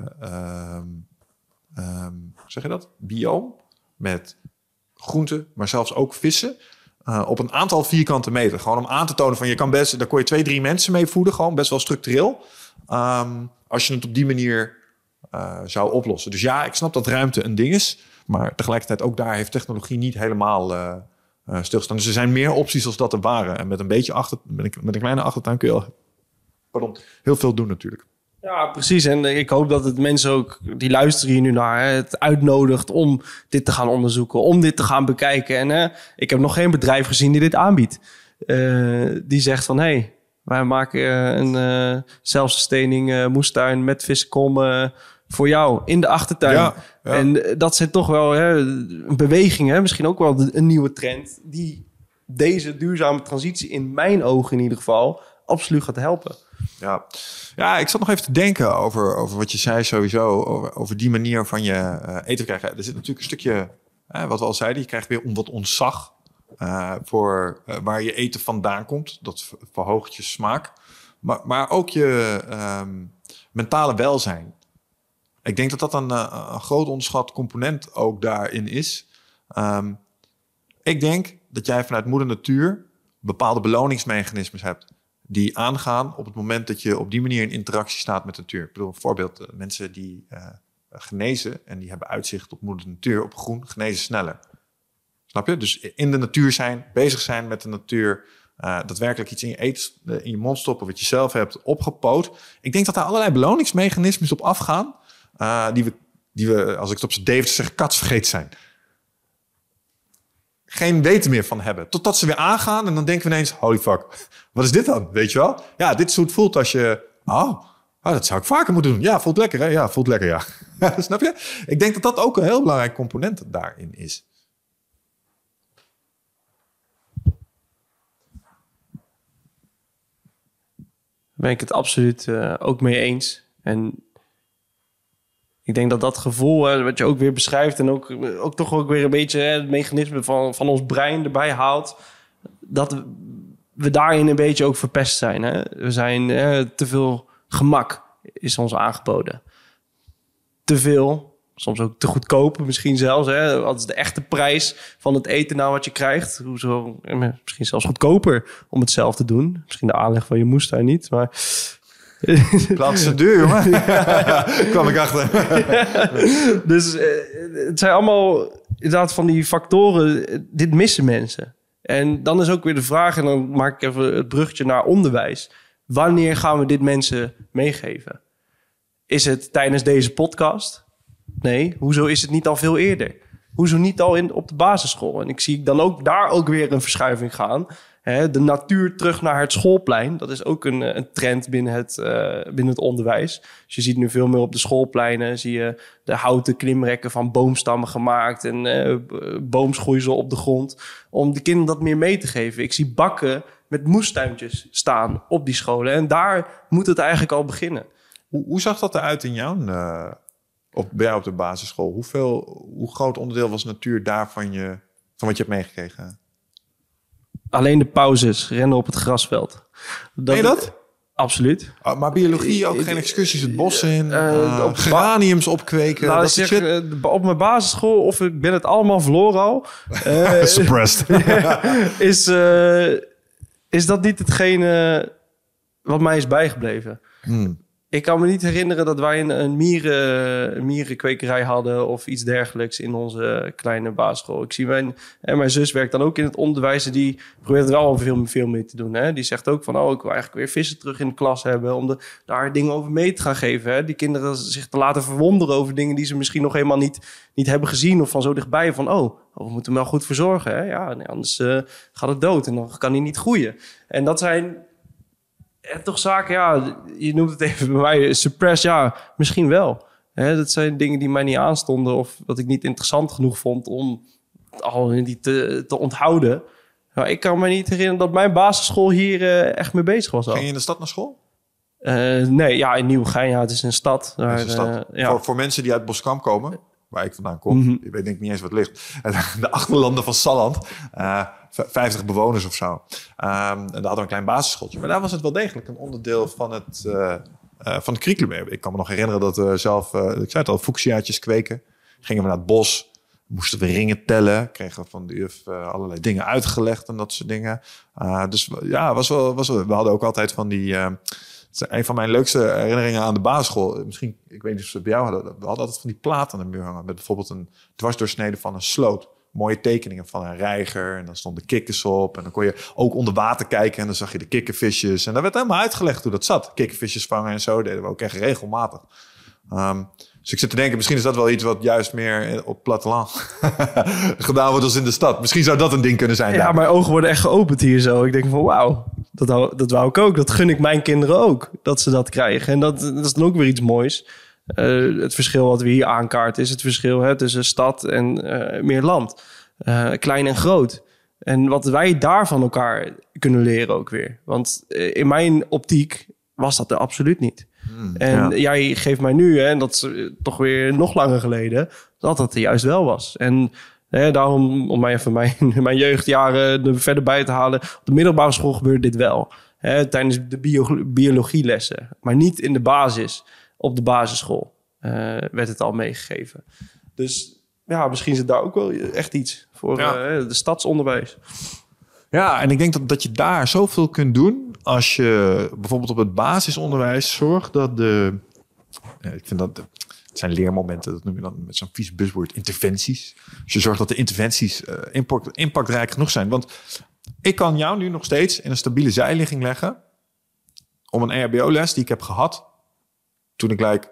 zeg je dat? Bioom. Met groenten, maar zelfs ook vissen... op een aantal vierkante meter. Gewoon om aan te tonen van je kan best... daar kon je 2, 3 mensen mee voeden. Gewoon best wel structureel. Als je het op die manier zou oplossen. Dus ik snap dat ruimte een ding is. Maar tegelijkertijd ook daar heeft technologie niet helemaal stilgestaan. Dus er zijn meer opties als dat er waren. En met een beetje met een kleine achtertuin kun je heel veel doen natuurlijk. Ja, precies. En ik hoop dat het mensen ook, die luisteren hier nu naar, het uitnodigt om dit te gaan onderzoeken, om dit te gaan bekijken. En ik heb nog geen bedrijf gezien die dit aanbiedt. Die zegt van, wij maken een self-sustaining moestuin met vissenkom voor jou in de achtertuin. Ja. En dat zijn toch wel een beweging, misschien ook wel een nieuwe trend, die deze duurzame transitie in mijn ogen in ieder geval absoluut gaat helpen. Ja, ik zat nog even te denken over wat je zei sowieso. Over die manier van je eten krijgen. Er zit natuurlijk een stukje, wat we al zeiden. Je krijgt weer wat ontzag voor waar je eten vandaan komt. Dat verhoogt je smaak. Maar ook je mentale welzijn. Ik denk dat dat een groot onderschat component ook daarin is. Ik denk dat jij vanuit moeder natuur bepaalde beloningsmechanismes hebt die aangaan op het moment dat je op die manier in interactie staat met de natuur. Ik bedoel, een voorbeeld, mensen die genezen en die hebben uitzicht op moeder natuur, op groen, genezen sneller. Snap je? Dus in de natuur zijn, bezig zijn met de natuur, daadwerkelijk iets in je mond stoppen wat je zelf hebt opgepoot. Ik denk dat daar allerlei beloningsmechanismes op afgaan, die we, als ik het op z'n Deventer zeg, katsvergeet zijn. Geen weten meer van hebben. Totdat ze weer aangaan en dan denken we ineens, holy fuck, wat is dit dan? Weet je wel? Ja, dit is hoe het voelt als je, dat zou ik vaker moeten doen. Ja, voelt lekker hè? Ja, voelt lekker, ja. Snap je? Ik denk dat dat ook een heel belangrijk component daarin is. Daar ben ik het absoluut ook mee eens. En ik denk dat dat gevoel, wat je ook weer beschrijft, en ook toch ook weer een beetje het mechanisme van ons brein erbij haalt, dat we daarin een beetje ook verpest zijn. Hè? We zijn te veel gemak is ons aangeboden. Te veel, soms ook te goedkoop misschien zelfs. Hè? Wat is de echte prijs van het eten nou wat je krijgt? Hoezo? Misschien zelfs goedkoper om het zelf te doen. Misschien de aanleg van je moestuin niet, maar Plant is duur, jongen. Kwam ik achter. Dus het zijn allemaal inderdaad van die factoren. Dit missen mensen. En dan is ook weer de vraag, en dan maak ik even het bruggetje naar onderwijs. Wanneer gaan we dit mensen meegeven? Is het tijdens deze podcast? Nee. Hoezo is het niet al veel eerder? Hoezo niet al op de basisschool? En ik zie dan ook daar ook weer een verschuiving gaan. De natuur terug naar het schoolplein. Dat is ook een trend binnen het onderwijs. Dus je ziet nu veel meer op de schoolpleinen. Zie je de houten klimrekken van boomstammen gemaakt. En boomschoeisel op de grond. Om de kinderen dat meer mee te geven. Ik zie bakken met moestuintjes staan op die scholen. En daar moet het eigenlijk al beginnen. Hoe zag dat eruit in jou bij jou op de basisschool? Hoe groot onderdeel was natuur daar van wat je hebt meegekregen? Alleen de pauzes, rennen op het grasveld. Ben je dat? Absoluut. Maar biologie ook geen excursies het bos in? Geraniums opkweken? Nou, dat shit. Op mijn basisschool, of ik ben het allemaal verloren al. Suppressed. Is dat niet hetgene wat mij is bijgebleven? Ik kan me niet herinneren dat wij een mierenkwekerij hadden of iets dergelijks in onze kleine basisschool. Ik zie mijn zus werkt dan ook in het onderwijs en die probeert er wel veel meer te doen. Hè? Die zegt ook van, ik wil eigenlijk weer vissen terug in de klas hebben om daar dingen over mee te gaan geven. Hè? Die kinderen zich te laten verwonderen over dingen die ze misschien nog helemaal niet hebben gezien of van zo dichtbij van, we moeten hem wel goed verzorgen. Hè? Ja, nee, anders gaat het dood en dan kan hij niet groeien. En dat zijn toch zaken, je noemt het even bij mij, suppress, misschien wel. Dat zijn dingen die mij niet aanstonden of wat ik niet interessant genoeg vond om al die te onthouden. Nou, ik kan me niet herinneren dat mijn basisschool hier echt mee bezig was. Ging je in de stad naar school? Nee, in Nieuwegein, het is een stad. Het is een stad. Voor mensen die uit Boskamp komen, waar ik vandaan kom, ik weet denk ik niet eens wat ligt. De achterlanden van Salland, 50 bewoners of zo. En daar hadden we een klein basisschooltje. Maar daar was het wel degelijk een onderdeel van het curriculum. Ik kan me nog herinneren dat we zelf, ik zei het al, fuchsiaatjes kweken. Gingen we naar het bos, moesten we ringen tellen. Kregen we van de juf allerlei dingen uitgelegd en dat soort dingen. Dus ja, was wel, we hadden ook altijd van die... een van mijn leukste herinneringen aan de basisschool. Misschien, ik weet niet of ze het bij jou hadden. We hadden altijd van die platen aan de muur hangen. Met bijvoorbeeld een dwarsdoorsnede van een sloot. Mooie tekeningen van een reiger. En dan stonden kikkers op. En dan kon je ook onder water kijken. En dan zag je de kikkervisjes. En daar werd helemaal uitgelegd hoe dat zat. Kikkervisjes vangen en zo deden we ook echt regelmatig. Dus ik zit te denken, misschien is dat wel iets wat juist meer op platteland gedaan wordt als in de stad. Misschien zou dat een ding kunnen zijn. Ja, mijn ogen worden echt geopend hier zo. Ik denk van wauw, dat wou ik ook. Dat gun ik mijn kinderen ook, dat ze dat krijgen. En dat is dan ook weer iets moois. Het verschil wat we hier aankaarten is het verschil tussen stad en meer land. Klein en groot. En wat wij daar van elkaar kunnen leren ook weer. Want in mijn optiek was dat er absoluut niet. En jij geeft mij nu, en dat is toch weer nog langer geleden, dat het er juist wel was. En daarom, om mij even mijn jeugdjaren er verder bij te halen, op de middelbare school gebeurde dit wel. Tijdens de biologielessen. Maar niet in de basis. Op de basisschool werd het al meegegeven. Dus ja, misschien zit daar ook wel echt iets voor de stadsonderwijs. Ja, en ik denk dat je daar zoveel kunt doen als je bijvoorbeeld op het basisonderwijs zorgt dat ik vind dat het zijn leermomenten, dat noem je dan met zo'n vies buzzword interventies. Dus je zorgt dat de interventies impactrijk genoeg zijn. Want ik kan jou nu nog steeds in een stabiele zijligging leggen om een EHBO-les die ik heb gehad toen ik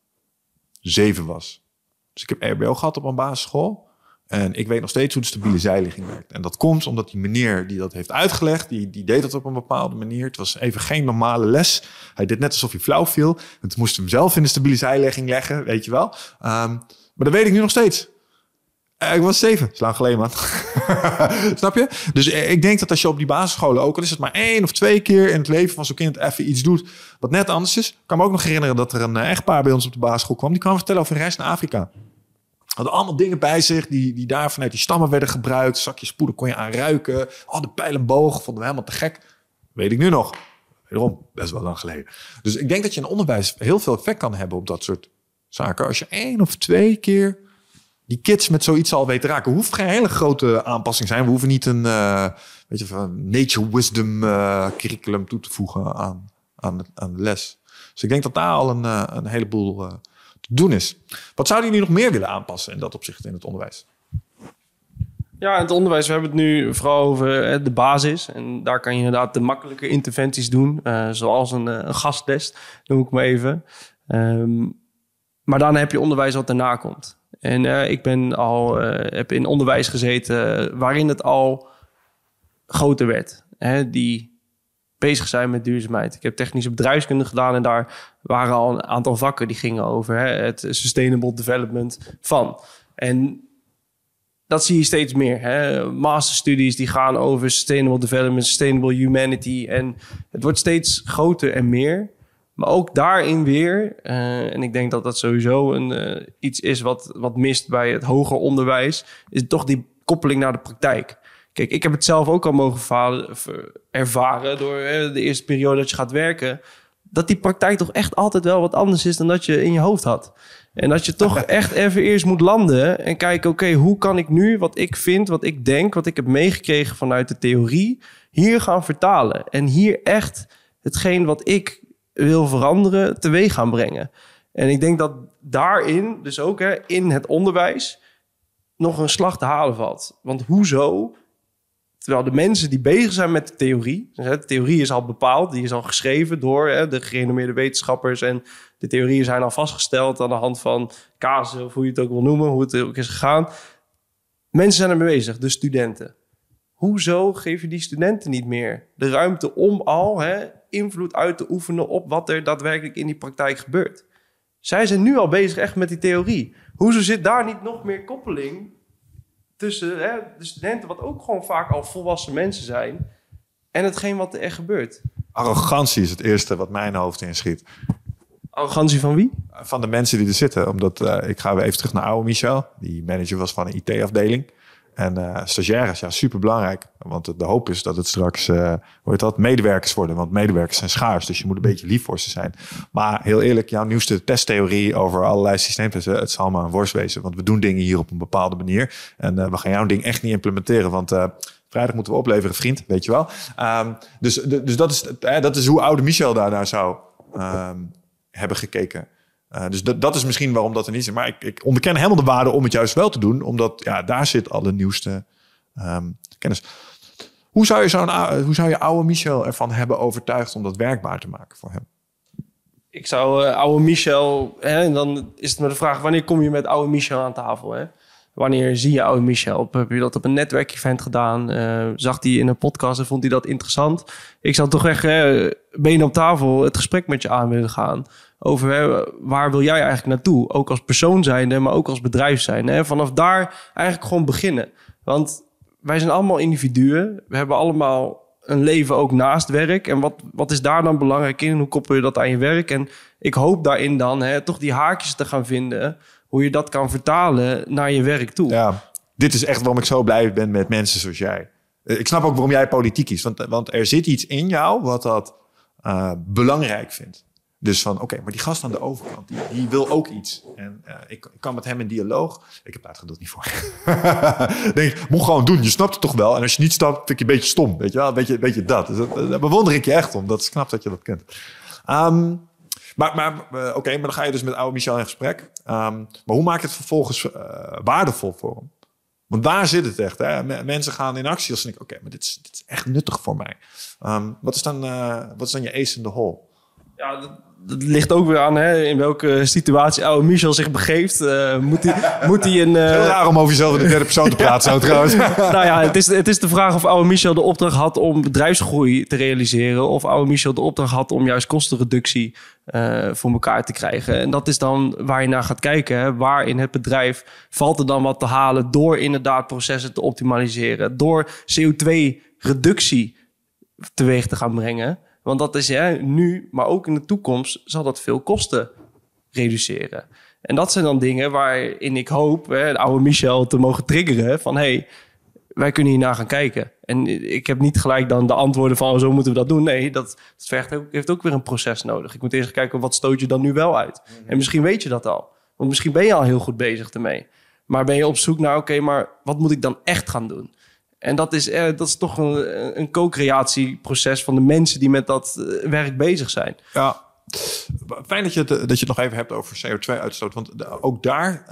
7 was. Dus ik heb EHBO gehad op een basisschool. En ik weet nog steeds hoe de stabiele zijligging werkt. En dat komt omdat die meneer die dat heeft uitgelegd, die deed dat op een bepaalde manier. Het was even geen normale les. Hij deed net alsof hij flauw viel. En toen moest hij hem zelf in de stabiele zijligging leggen, weet je wel. Maar dat weet ik nu nog steeds. Ik was 7, dat is lang geleden, man. Snap je? Dus ik denk dat als je op die basisscholen, ook al is het maar 1 of 2 keer in het leven van zo'n kind even iets doet wat net anders is. Ik kan me ook nog herinneren dat er een echtpaar bij ons op de basisschool kwam. Die kwam vertellen over een reis naar Afrika. Hadden allemaal dingen bij zich die daar vanuit die stammen werden gebruikt. Zakjes poeder kon je aan ruiken. De pijl en boog vonden we helemaal te gek. Weet ik nu nog. Wederom, best wel lang geleden. Dus ik denk dat je in onderwijs heel veel effect kan hebben op dat soort zaken. Als je 1 of 2 keer die kids met zoiets al weet te raken. Hoeft geen hele grote aanpassing zijn. We hoeven niet een nature wisdom curriculum toe te voegen aan de les. Dus ik denk dat daar al een heleboel te doen is. Wat zouden jullie nog meer willen aanpassen in dat opzicht in het onderwijs? Ja, in het onderwijs, we hebben het nu vooral over de basis. En daar kan je inderdaad de makkelijke interventies doen. Zoals een gastest, noem ik maar even. Maar daarna heb je onderwijs wat daarna komt. En ik heb in onderwijs gezeten waarin het al groter werd. Die bezig zijn met duurzaamheid. Ik heb technische bedrijfskunde gedaan en daar waren al een aantal vakken die gingen over het sustainable development van. En dat zie je steeds meer. Masterstudies die gaan over sustainable development, sustainable humanity. En het wordt steeds groter en meer. Maar ook daarin weer, en ik denk dat dat sowieso iets is wat mist bij het hoger onderwijs, is toch die koppeling naar de praktijk. Kijk, ik heb het zelf ook al mogen ervaren door de eerste periode dat je gaat werken, dat die praktijk toch echt altijd wel wat anders is dan dat je in je hoofd had. En dat je toch echt even eerst moet landen en kijken, oké, hoe kan ik nu wat ik vind, wat ik denk, wat ik heb meegekregen vanuit de theorie, hier gaan vertalen. En hier echt hetgeen wat ik wil veranderen, teweeg gaan brengen. En ik denk dat daarin, dus ook in het onderwijs, nog een slag te halen valt. Want hoezo? Terwijl de mensen die bezig zijn met de theorie, dus de theorie is al bepaald, die is al geschreven door de gerenommeerde wetenschappers en de theorieën zijn al vastgesteld aan de hand van casus, of hoe je het ook wil noemen, hoe het ook is gegaan. Mensen zijn ermee bezig, de studenten. Hoezo geef je die studenten niet meer de ruimte om al invloed uit te oefenen op wat er daadwerkelijk in die praktijk gebeurt? Zij zijn nu al bezig echt met die theorie. Hoezo zit daar niet nog meer koppeling tussen de studenten, wat ook gewoon vaak al volwassen mensen zijn, en hetgeen wat er echt gebeurt? Arrogantie is het eerste wat mijn hoofd inschiet. Arrogantie van wie? Van de mensen die er zitten. Omdat ik ga weer even terug naar oude Michel, die manager was van een IT-afdeling. En stagiaires, ja, super belangrijk. Want de hoop is dat het straks, medewerkers worden. Want medewerkers zijn schaars, dus je moet een beetje lief voor ze zijn. Maar heel eerlijk, jouw nieuwste testtheorie over allerlei systeemtesten, het zal maar een worst wezen. Want we doen dingen hier op een bepaalde manier. En we gaan jouw ding echt niet implementeren. Want vrijdag moeten we opleveren, vriend, weet je wel. Dus dat is hoe oude Michel daarnaar zou hebben gekeken. Dus dat is misschien waarom dat er niet is. Maar ik onderken helemaal de waarde om het juist wel te doen. Omdat daar zit al de nieuwste kennis. Hoe zou je oude Michel ervan hebben overtuigd om dat werkbaar te maken voor hem? Ik zou oude Michel... en dan is het maar de vraag, wanneer kom je met oude Michel aan tafel? Wanneer zie je oude Michel? Heb je dat op een netwerkevent gedaan? Zag hij in een podcast en vond hij dat interessant? Ik zou toch echt benen op tafel het gesprek met je aan willen gaan. Over waar wil jij eigenlijk naartoe? Ook als persoon zijnde, maar ook als bedrijf zijnde. Vanaf daar eigenlijk gewoon beginnen. Want wij zijn allemaal individuen. We hebben allemaal een leven ook naast werk. En wat is daar dan belangrijk in? Hoe koppel je dat aan je werk? En ik hoop daarin dan toch die haakjes te gaan vinden, hoe je dat kan vertalen naar je werk toe. Ja, dit is echt waarom ik zo blij ben met mensen zoals jij. Ik snap ook waarom jij politiek kiest. Want er zit iets in jou wat dat belangrijk vindt. Dus van, oké, maar die gast aan de overkant, die wil ook iets. En ik kan met hem in dialoog. Ik heb daar het geduld niet voor. Denk, moet gewoon doen. Je snapt het toch wel. En als je niet snapt, vind ik je een beetje stom. Weet je wel? Een beetje dat. Dus daar bewonder ik je echt om. Dat is knap dat je dat kunt. Maar dan ga je dus met oude Michel in gesprek. Maar hoe maak je het vervolgens waardevol voor hem? Want daar zit het echt. Hè? Mensen gaan in actie als ze denken, oké, maar dit is echt nuttig voor mij. Wat is dan je ace in the hole? Ja, dat ligt ook weer aan in welke situatie oude Michel zich begeeft. Moet hij een... Heel raar om over jezelf in de derde persoon te praten, zo trouwens. Nou ja, het is de vraag of oude Michel de opdracht had om bedrijfsgroei te realiseren, of oude Michel de opdracht had om juist kostenreductie voor elkaar te krijgen. En dat is dan waar je naar gaat kijken. Hè. Waar in het bedrijf valt er dan wat te halen door inderdaad processen te optimaliseren, door CO2-reductie teweeg te gaan brengen. Want dat is nu, maar ook in de toekomst zal dat veel kosten reduceren. En dat zijn dan dingen waarin ik hoop de oude Michel te mogen triggeren van wij kunnen hiernaar gaan kijken. En ik heb niet gelijk dan de antwoorden van zo moeten we dat doen. Nee, dat heeft ook weer een proces nodig. Ik moet eerst kijken wat stoot je dan nu wel uit. En misschien weet je dat al. Want misschien ben je al heel goed bezig ermee. Maar ben je op zoek naar oké, maar wat moet ik dan echt gaan doen? En dat is toch een co-creatieproces van de mensen die met dat werk bezig zijn. Ja, fijn dat je het nog even hebt over CO2-uitstoot. Want ook daar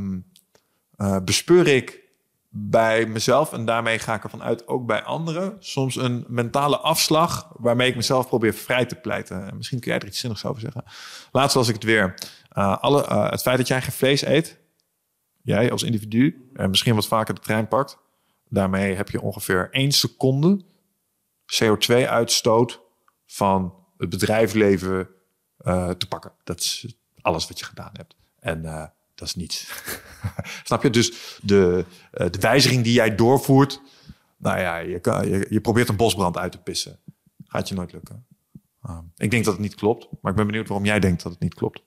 bespeur ik bij mezelf, en daarmee ga ik ervan uit ook bij anderen, soms een mentale afslag waarmee ik mezelf probeer vrij te pleiten. En misschien kun jij er iets zinnigs over zeggen. Laatst was ik het weer. Het feit dat jij geen vlees eet, jij als individu, en misschien wat vaker de trein pakt, daarmee heb je ongeveer 1 seconde CO2-uitstoot van het bedrijfsleven te pakken. Dat is alles wat je gedaan hebt. En dat is niets. Snap je? Dus de wijziging die jij doorvoert, nou ja, je probeert een bosbrand uit te pissen. Gaat je nooit lukken. Ik denk dat het niet klopt, maar ik ben benieuwd waarom jij denkt dat het niet klopt.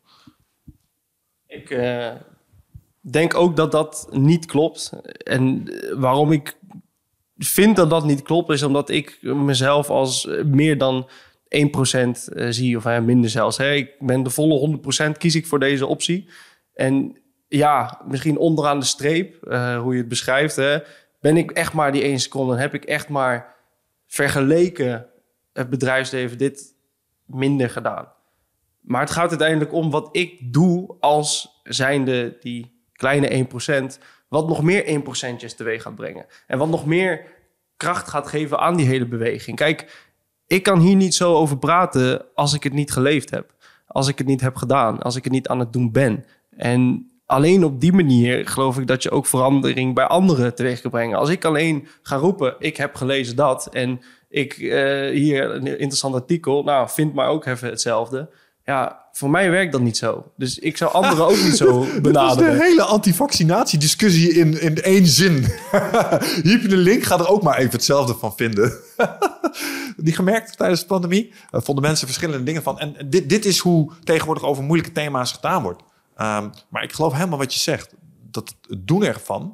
Ik denk ook dat dat niet klopt. En waarom ik vind dat dat niet klopt, is omdat ik mezelf als meer dan 1% zie, of minder zelfs. Ik ben de volle 100% kies ik voor deze optie. En ja, misschien onderaan de streep, hoe je het beschrijft, ben ik echt maar die 1 seconde. Dan heb ik echt maar vergeleken het bedrijfsleven dit minder gedaan. Maar het gaat uiteindelijk om wat ik doe als zijnde die kleine 1%, wat nog meer 1%'jes teweeg gaat brengen. En wat nog meer kracht gaat geven aan die hele beweging. Kijk, ik kan hier niet zo over praten als ik het niet geleefd heb. Als ik het niet heb gedaan. Als ik het niet aan het doen ben. En alleen op die manier geloof ik dat je ook verandering bij anderen teweeg kan brengen. Als ik alleen ga roepen, ik heb gelezen dat en ik hier een interessant artikel, nou, vind maar ook even hetzelfde. Ja, voor mij werkt dat niet zo. Dus ik zou anderen ook niet zo benaderen. Dat is de hele anti-vaccinatiediscussie in 1 zin. Hier heb je een link, ga er ook maar even hetzelfde van vinden. Die gemerkt tijdens de pandemie vonden mensen verschillende dingen van. En dit is hoe tegenwoordig over moeilijke thema's gedaan wordt. Maar ik geloof helemaal wat je zegt. Dat het doen ervan,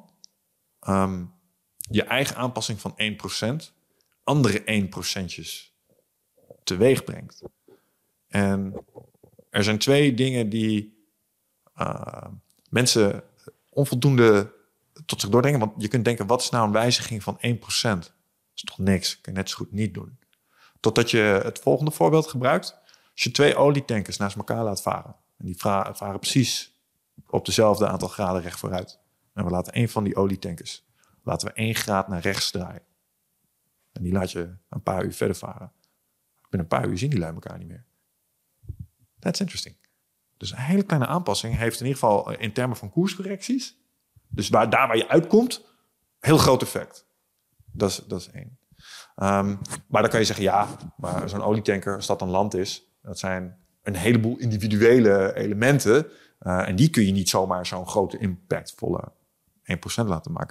je eigen aanpassing van 1%, andere 1%'tjes teweeg brengt. En er zijn 2 dingen die mensen onvoldoende tot zich doordenken. Want je kunt denken, wat is nou een wijziging van 1%? Dat is toch niks, kun je net zo goed niet doen. Totdat je het volgende voorbeeld gebruikt. Als je 2 olietankers naast elkaar laat varen. En die varen precies op dezelfde aantal graden recht vooruit. En we laten 1 van die olietankers, laten we 1 graad naar rechts draaien. En die laat je een paar uur verder varen. Binnen een paar uur zien die lui elkaar niet meer. That's interesting. Dus een hele kleine aanpassing heeft in ieder geval in termen van koerscorrecties. Dus waar je uitkomt, heel groot effect. Dat is 1. Maar dan kan je zeggen, ja, maar zo'n olietanker, als dat een land is, dat zijn een heleboel individuele elementen. En die kun je niet zomaar zo'n grote impactvolle 1% laten maken.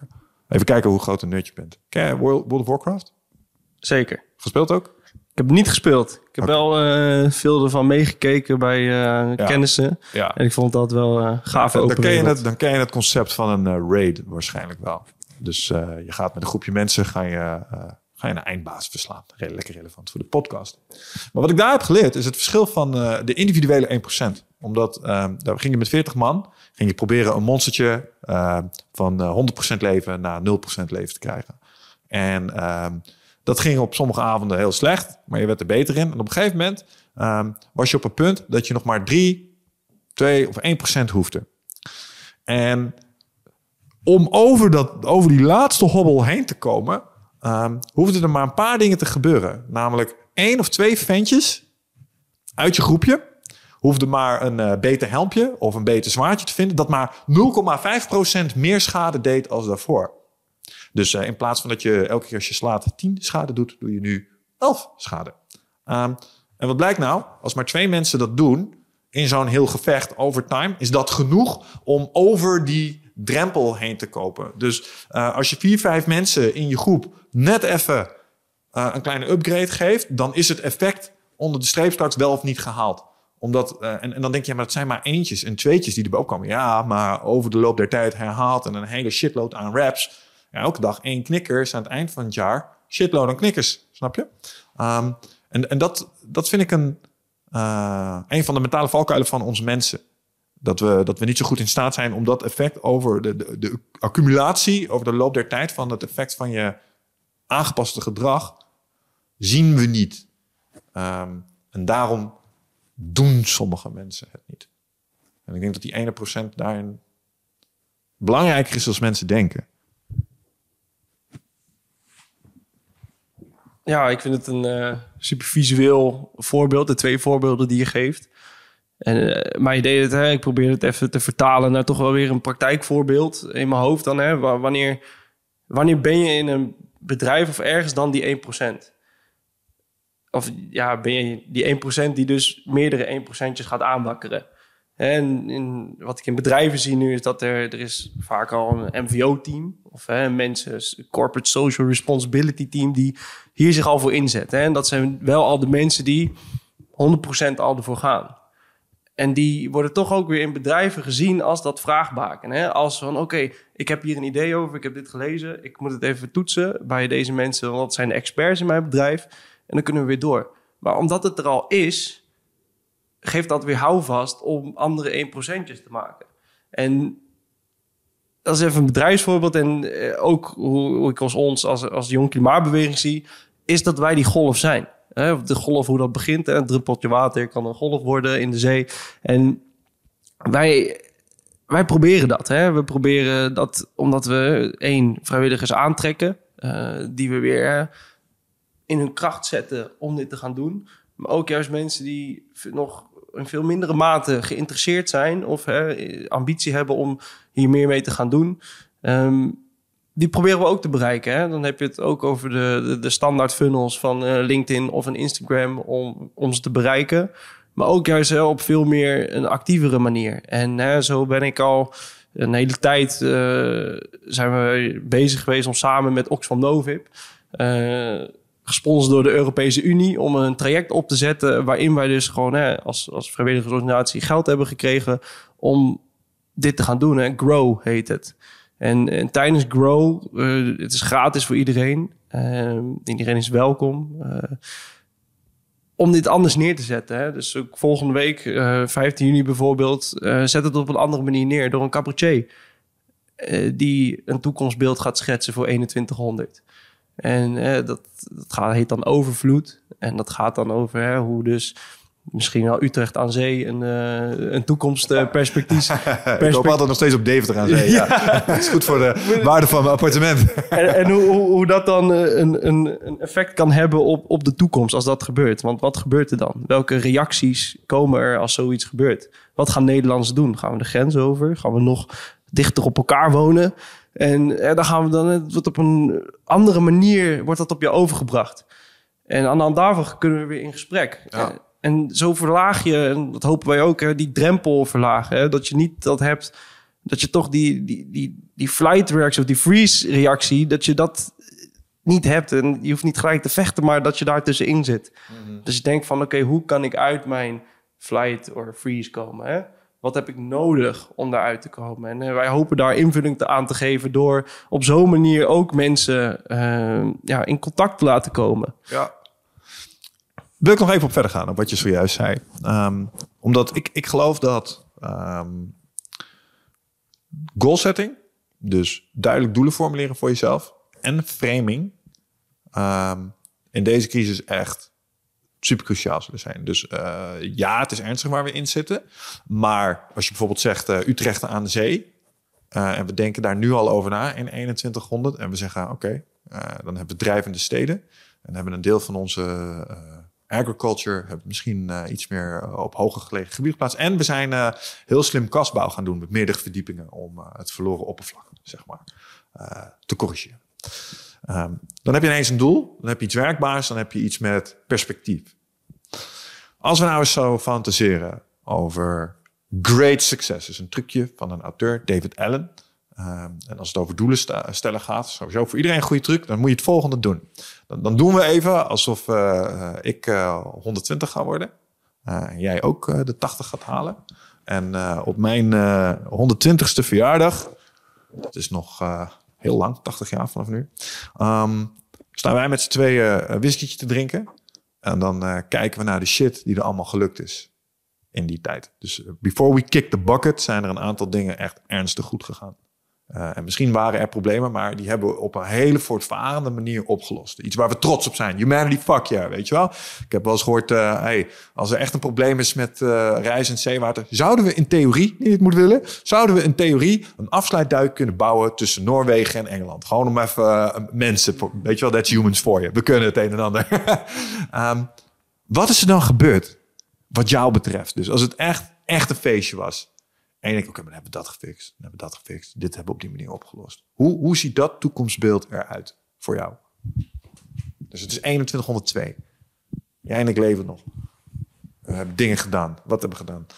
Even kijken hoe groot een nerd je bent. Ken je World of Warcraft? Zeker. Gespeeld ook? Ik heb het niet gespeeld. Ik heb wel veel ervan meegekeken bij kennissen. Ja. En ik vond dat wel gaaf. Dan ken je het concept van een raid waarschijnlijk wel. Dus je gaat met een groepje mensen ga je een eindbaas verslaan. Lekker relevant voor de podcast. Maar wat ik daar heb geleerd is het verschil van de individuele 1%. Omdat daar ging je met 40 man, ging je proberen een monstertje van 100% leven naar 0% leven te krijgen. En dat ging op sommige avonden heel slecht, maar je werd er beter in. En op een gegeven moment was je op een punt dat je nog maar 3, 2 of 1% hoefde. En om over die laatste hobbel heen te komen, hoefden er maar een paar dingen te gebeuren. Namelijk 1 of 2 ventjes uit je groepje hoefde maar een beter helmpje of een beter zwaardje te vinden dat maar 0,5% meer schade deed als daarvoor. Dus in plaats van dat je elke keer als je slaat 10 schade doet, doe je nu 11 schade. En wat blijkt nou? Als maar 2 mensen dat doen in zo'n heel gevecht over time, is dat genoeg om over die drempel heen te kopen. Dus als je 4, 5 mensen in je groep net even een kleine upgrade geeft, dan is het effect onder de streep straks wel of niet gehaald. Omdat, en dan denk je, maar dat zijn maar eentjes en tweetjes die erbij opkomen. Ja, maar over de loop der tijd herhaald en een hele shitload aan reps. Ja, elke dag 1 knikker is aan het eind van het jaar shitload aan knikkers, snap je? En dat vind ik een van de mentale valkuilen van onze mensen. Dat we niet zo goed in staat zijn om dat effect over de accumulatie, over de loop der tijd van het effect van je aangepaste gedrag, zien we niet. En daarom doen sommige mensen het niet. En ik denk dat die 1% daarin belangrijker is als mensen denken. Ja, ik vind het een super visueel voorbeeld. De 2 voorbeelden die je geeft. En mijn idee is, ik probeer het even te vertalen naar toch wel weer een praktijkvoorbeeld in mijn hoofd dan. Hè, wanneer ben je in een bedrijf of ergens dan die 1%? Of ja, ben je die 1% die dus meerdere 1%'tjes gaat aanwakkeren? En wat ik in bedrijven zie nu is dat er is vaak al een MVO-team of mensen, corporate social responsibility team, die hier zich al voor inzetten. En dat zijn wel al de mensen die 100% al ervoor gaan. En die worden toch ook weer in bedrijven gezien als dat vraagbaken. Als van oké, ik heb hier een idee over, ik heb dit gelezen, ik moet het even toetsen bij deze mensen, want dat zijn de experts in mijn bedrijf. En dan kunnen we weer door. Maar omdat het er al is, geeft dat weer houvast om andere 1%'tjes te maken. En dat is even een bedrijfsvoorbeeld. En ook hoe ik ons als Jong Klimaatbeweging zie, is dat wij die golf zijn. De golf, hoe dat begint. Een druppeltje water kan een golf worden in de zee. En wij proberen dat. We proberen dat omdat we vrijwilligers aantrekken, die we weer in hun kracht zetten om dit te gaan doen. Maar ook juist mensen die nog in veel mindere mate geïnteresseerd zijn of ambitie hebben om hier meer mee te gaan doen. Die proberen we ook te bereiken. Dan heb je het ook over de standaard funnels van LinkedIn of een Instagram om ze te bereiken. Maar ook juist op veel meer een actievere manier. En zo ben ik al een hele tijd zijn we bezig geweest om samen met Oxfam Novib, gesponsord door de Europese Unie, om een traject op te zetten waarin wij dus gewoon als vrijwilligersorganisatie geld hebben gekregen om dit te gaan doen. Grow heet het. En tijdens Grow, het is gratis voor iedereen. Iedereen is welkom. Om dit anders neer te zetten. Dus ook volgende week, 15 juni bijvoorbeeld, zet het op een andere manier neer door een cabaretier. Die een toekomstbeeld gaat schetsen voor 2100. En dat heet dan Overvloed. En dat gaat dan over hoe dus misschien wel Utrecht aan zee een toekomstperspectief. Ik hoop altijd nog steeds op Deventer aan zee. Ja. Dat is goed voor de waarde van mijn appartement. En hoe dat dan een effect kan hebben op de toekomst als dat gebeurt. Want wat gebeurt er dan? Welke reacties komen er als zoiets gebeurt? Wat gaan Nederlanders doen? Gaan we de grens over? Gaan we nog dichter op elkaar wonen? En dan gaan we dan op een andere manier wordt dat op je overgebracht. En aan de hand daarvan kunnen we weer in gesprek. Ja. En zo verlaag je, en dat hopen wij ook, die drempel verlagen. Dat je niet dat hebt dat je toch die flight reactie of die freeze reactie, dat je dat niet hebt. En je hoeft niet gelijk te vechten, maar dat je daar tussenin zit. Mm-hmm. Dus je denkt van, oké, hoe kan ik uit mijn flight or freeze komen? Hè? Wat heb ik nodig om daaruit te komen? En wij hopen daar invulling aan te geven door op zo'n manier ook mensen in contact te laten komen. Ja. Wil ik nog even op verder gaan op wat je zojuist zei. Omdat ik geloof dat goal setting, dus duidelijk doelen formuleren voor jezelf en framing in deze crisis echt super cruciaal zullen zijn. Dus het is ernstig waar we in zitten. Maar als je bijvoorbeeld zegt Utrecht aan de zee. En we denken daar nu al over na in 2100. En we zeggen oké, dan hebben we drijvende steden. En hebben een deel van onze agriculture. Hebben misschien iets meer op hoger gelegen gebied geplaatst. En we zijn heel slim kastbouw gaan doen met meerdere verdiepingen. Om het verloren oppervlak, zeg maar, te corrigeren. Dan heb je ineens een doel, dan heb je iets werkbaars, dan heb je iets met perspectief. Als we nou eens zo fantaseren over great success, is een trucje van een auteur, David Allen. En als het over doelen stellen gaat, sowieso voor iedereen een goede truc, dan moet je het volgende doen. Dan doen we even alsof ik 120 ga worden. En jij ook de 80 gaat halen. En op mijn 120ste verjaardag, dat is nog heel lang, 80 jaar vanaf nu, staan wij met z'n tweeën een whiskytje te drinken. En dan kijken we naar de shit die er allemaal gelukt is in die tijd. Dus before we kick the bucket zijn er een aantal dingen echt ernstig goed gegaan. En misschien waren er problemen, maar die hebben we op een hele voortvarende manier opgelost. Iets waar we trots op zijn. Humanity, fuck yeah, weet je wel. Ik heb wel eens gehoord, als er echt een probleem is met reizend zeewater, zouden we in theorie, niet het moet willen, zouden we in theorie een afsluitduik kunnen bouwen tussen Noorwegen en Engeland. Gewoon om even mensen, weet je wel, that's humans voor je. We kunnen het een en ander. Wat is er dan gebeurd, wat jou betreft? Dus als het echt een feestje was. En je denkt, oké, maar dan hebben we dat gefixt. Dit hebben we op die manier opgelost. Hoe ziet dat toekomstbeeld eruit voor jou? Dus het is 2102. Jij en ik leven nog. We hebben dingen gedaan. Wat hebben we gedaan?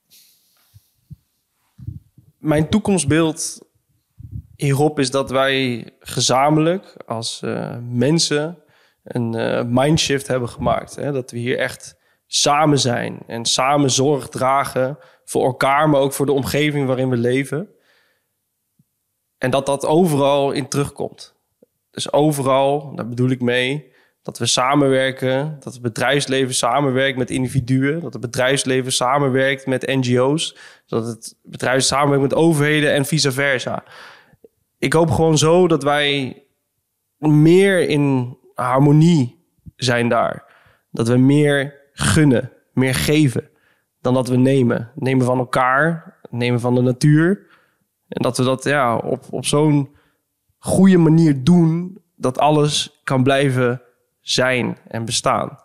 Mijn toekomstbeeld hierop is dat wij gezamenlijk als mensen een mindshift hebben gemaakt. Hè? Dat we hier echt samen zijn en samen zorg dragen voor elkaar, maar ook voor de omgeving waarin we leven. En dat overal in terugkomt. Dus overal, daar bedoel ik mee, dat we samenwerken, dat het bedrijfsleven samenwerkt met individuen, dat het bedrijfsleven samenwerkt met NGO's, dat het bedrijf samenwerkt met overheden en vice versa. Ik hoop gewoon zo dat wij meer in harmonie zijn daar. Dat we meer gunnen, meer geven dan dat we nemen. Nemen van elkaar, nemen van de natuur. En dat we dat op zo'n goede manier doen dat alles kan blijven zijn en bestaan.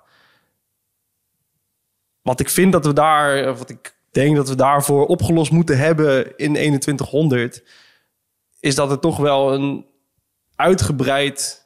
Wat ik vind dat we daar, of wat ik denk dat we daarvoor opgelost moeten hebben in 2100, is dat er toch wel een uitgebreid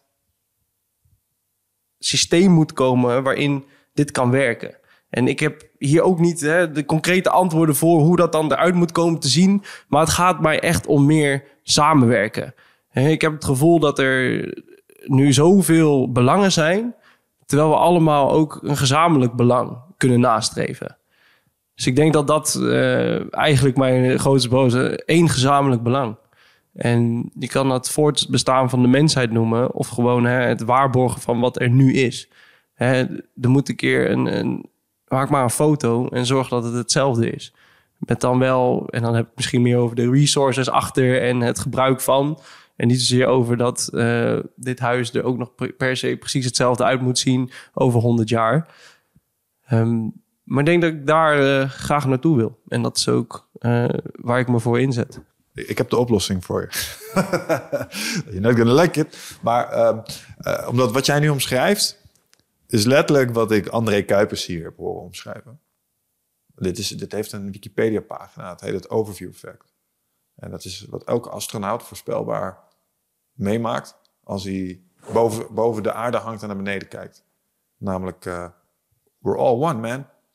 systeem moet komen waarin dit kan werken. En ik heb hier ook niet de concrete antwoorden voor hoe dat dan eruit moet komen te zien. Maar het gaat mij echt om meer samenwerken. Ik heb het gevoel dat er nu zoveel belangen zijn, terwijl we allemaal ook een gezamenlijk belang kunnen nastreven. Dus ik denk dat dat eigenlijk mijn grootste boze, één gezamenlijk belang. En je kan dat voortbestaan van de mensheid noemen, of gewoon het waarborgen van wat er nu is. Er moet een keer maak maar een foto en zorg dat het hetzelfde is. Met dan wel, en dan heb ik misschien meer over de resources achter en het gebruik van. En niet zozeer over dat dit huis er ook nog per se precies hetzelfde uit moet zien over 100 jaar. Maar ik denk dat ik daar graag naartoe wil. En dat is ook waar ik me voor inzet. Ik heb de oplossing voor je. You're not gonna like it. Maar omdat wat jij nu omschrijft is letterlijk wat ik André Kuipers hier heb horen omschrijven. Dit heeft een Wikipedia-pagina. Het heet het Overview Effect. En dat is wat elke astronaut voorspelbaar meemaakt als hij boven de aarde hangt en naar beneden kijkt. Namelijk, we're all one, man.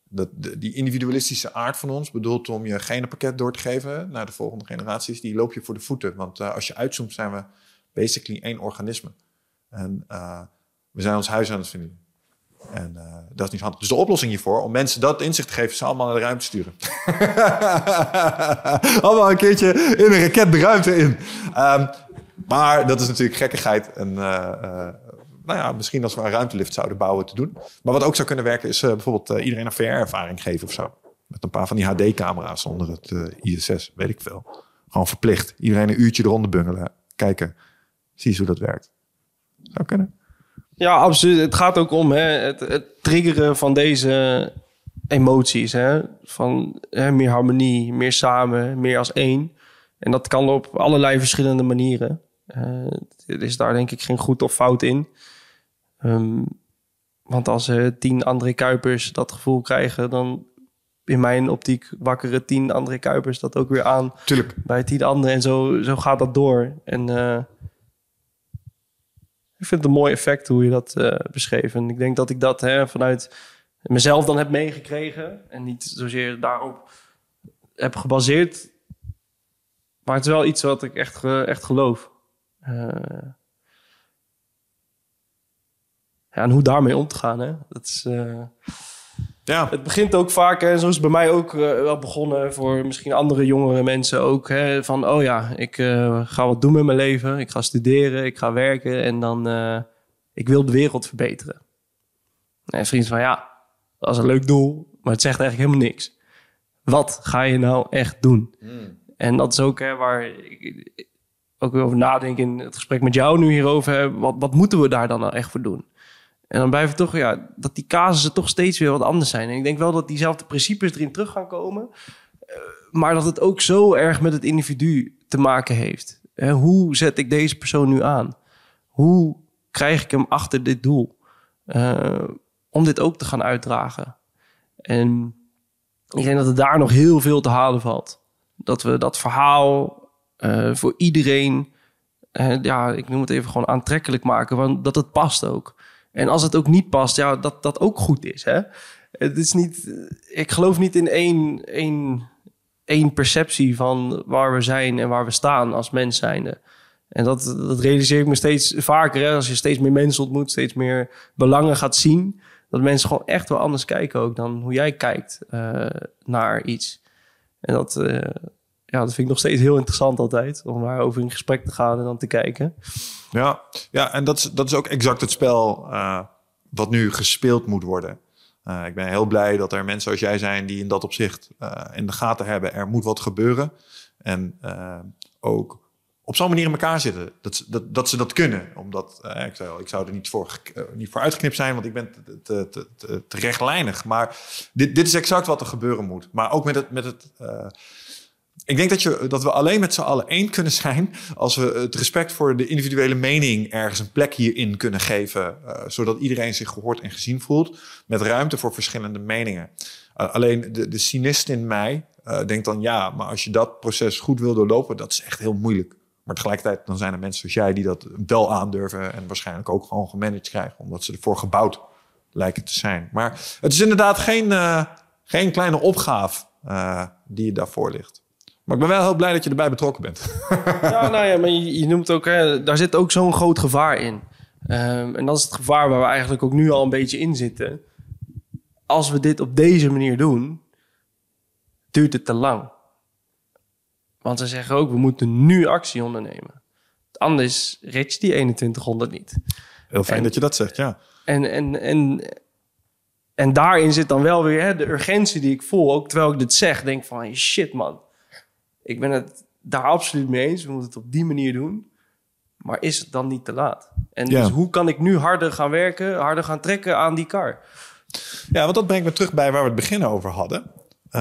die individualistische aard van ons bedoeld om je genenpakket door te geven naar de volgende generaties, die loop je voor de voeten. Want als je uitzoomt zijn we basically één organisme. En we zijn ons huis aan het vernieuwen. En dat is niet handig. Dus de oplossing hiervoor, om mensen dat inzicht te geven, is allemaal naar de ruimte sturen. Allemaal een keertje in een raket de ruimte in. Maar dat is natuurlijk gekkigheid. En misschien als we een ruimtelift zouden bouwen te doen. Maar wat ook zou kunnen werken is bijvoorbeeld iedereen een VR-ervaring geven of zo. Met een paar van die HD-camera's onder het ISS, weet ik veel. Gewoon verplicht. Iedereen een uurtje eronder bungelen. Kijken. Zie eens hoe dat werkt. Zou kunnen. Ja, absoluut. Het gaat ook om het triggeren van deze emoties. Hè? Van meer harmonie, meer samen, meer als één. En dat kan op allerlei verschillende manieren. Er is daar denk ik geen goed of fout in. Want als 10 André Kuipers dat gevoel krijgen, dan in mijn optiek wakkeren 10 André Kuipers dat ook weer aan. Tuurlijk. Bij 10 anderen. En zo gaat dat door. En ik vind het een mooi effect hoe je dat beschreef. En ik denk dat ik dat vanuit mezelf dan heb meegekregen. En niet zozeer daarop heb gebaseerd. Maar het is wel iets wat ik echt geloof. En hoe daarmee om te gaan. Hè? Dat is, ja. Het begint ook vaak, en zo is het bij mij ook wel begonnen, voor misschien andere jongere mensen ook. Hè, van, ik ga wat doen met mijn leven. Ik ga studeren, ik ga werken en dan, ik wil de wereld verbeteren. En vriend van, dat is een leuk doel, maar het zegt eigenlijk helemaal niks. Wat ga je nou echt doen? En dat is ook waar ik ook weer over nadenk in het gesprek met jou nu hierover. Wat moeten we daar dan nou echt voor doen? En dan blijft het toch, dat die casussen toch steeds weer wat anders zijn. En ik denk wel dat diezelfde principes erin terug gaan komen. Maar dat het ook zo erg met het individu te maken heeft. Hoe zet ik deze persoon nu aan? Hoe krijg ik hem achter dit doel? Om dit ook te gaan uitdragen. En ik denk dat er daar nog heel veel te halen valt. Dat we dat verhaal voor iedereen, ik noem het even gewoon aantrekkelijk maken. Want dat het past ook. En als het ook niet past, dat dat ook goed is. Hè? Het is niet, ik geloof niet in één perceptie van waar we zijn en waar we staan als mens zijnde. En dat realiseer ik me steeds vaker. Hè? Als je steeds meer mensen ontmoet, steeds meer belangen gaat zien, dat mensen gewoon echt wel anders kijken ook dan hoe jij kijkt naar iets. En dat vind ik nog steeds heel interessant altijd, om daarover in gesprek te gaan en dan te kijken. Ja, en dat is ook exact het spel wat nu gespeeld moet worden. Ik ben heel blij dat er mensen als jij zijn die in dat opzicht in de gaten hebben. Er moet wat gebeuren. En ook op zo'n manier in elkaar zitten. Dat ze dat kunnen. Omdat, ik zou er niet voor uitgeknipt zijn, want ik ben te rechtlijnig. Maar dit is exact wat er gebeuren moet. Maar ook met het ik denk dat we alleen met z'n allen één kunnen zijn als we het respect voor de individuele mening ergens een plek hierin kunnen geven. Zodat iedereen zich gehoord en gezien voelt. Met ruimte voor verschillende meningen. Alleen de cynist in mij denkt dan maar als je dat proces goed wil doorlopen, dat is echt heel moeilijk. Maar tegelijkertijd dan zijn er mensen zoals jij die dat wel aandurven en waarschijnlijk ook gewoon gemanaged krijgen. Omdat ze ervoor gebouwd lijken te zijn. Maar het is inderdaad geen kleine opgave die je daarvoor ligt. Maar ik ben wel heel blij dat je erbij betrokken bent. Maar je noemt ook, daar zit ook zo'n groot gevaar in. En dat is het gevaar waar we eigenlijk ook nu al een beetje in zitten. Als we dit op deze manier doen, duurt het te lang. Want ze zeggen ook, we moeten nu actie ondernemen. Anders red je die 2100 niet. Heel fijn dat je dat zegt, ja. En daarin zit dan wel weer de urgentie die ik voel. Ook terwijl ik dit zeg, denk van, shit man. Ik ben het daar absoluut mee eens. We moeten het op die manier doen. Maar is het dan niet te laat? En dus hoe kan ik nu harder gaan werken, harder gaan trekken aan die kar? Ja, want dat brengt me terug bij waar we het begin over hadden.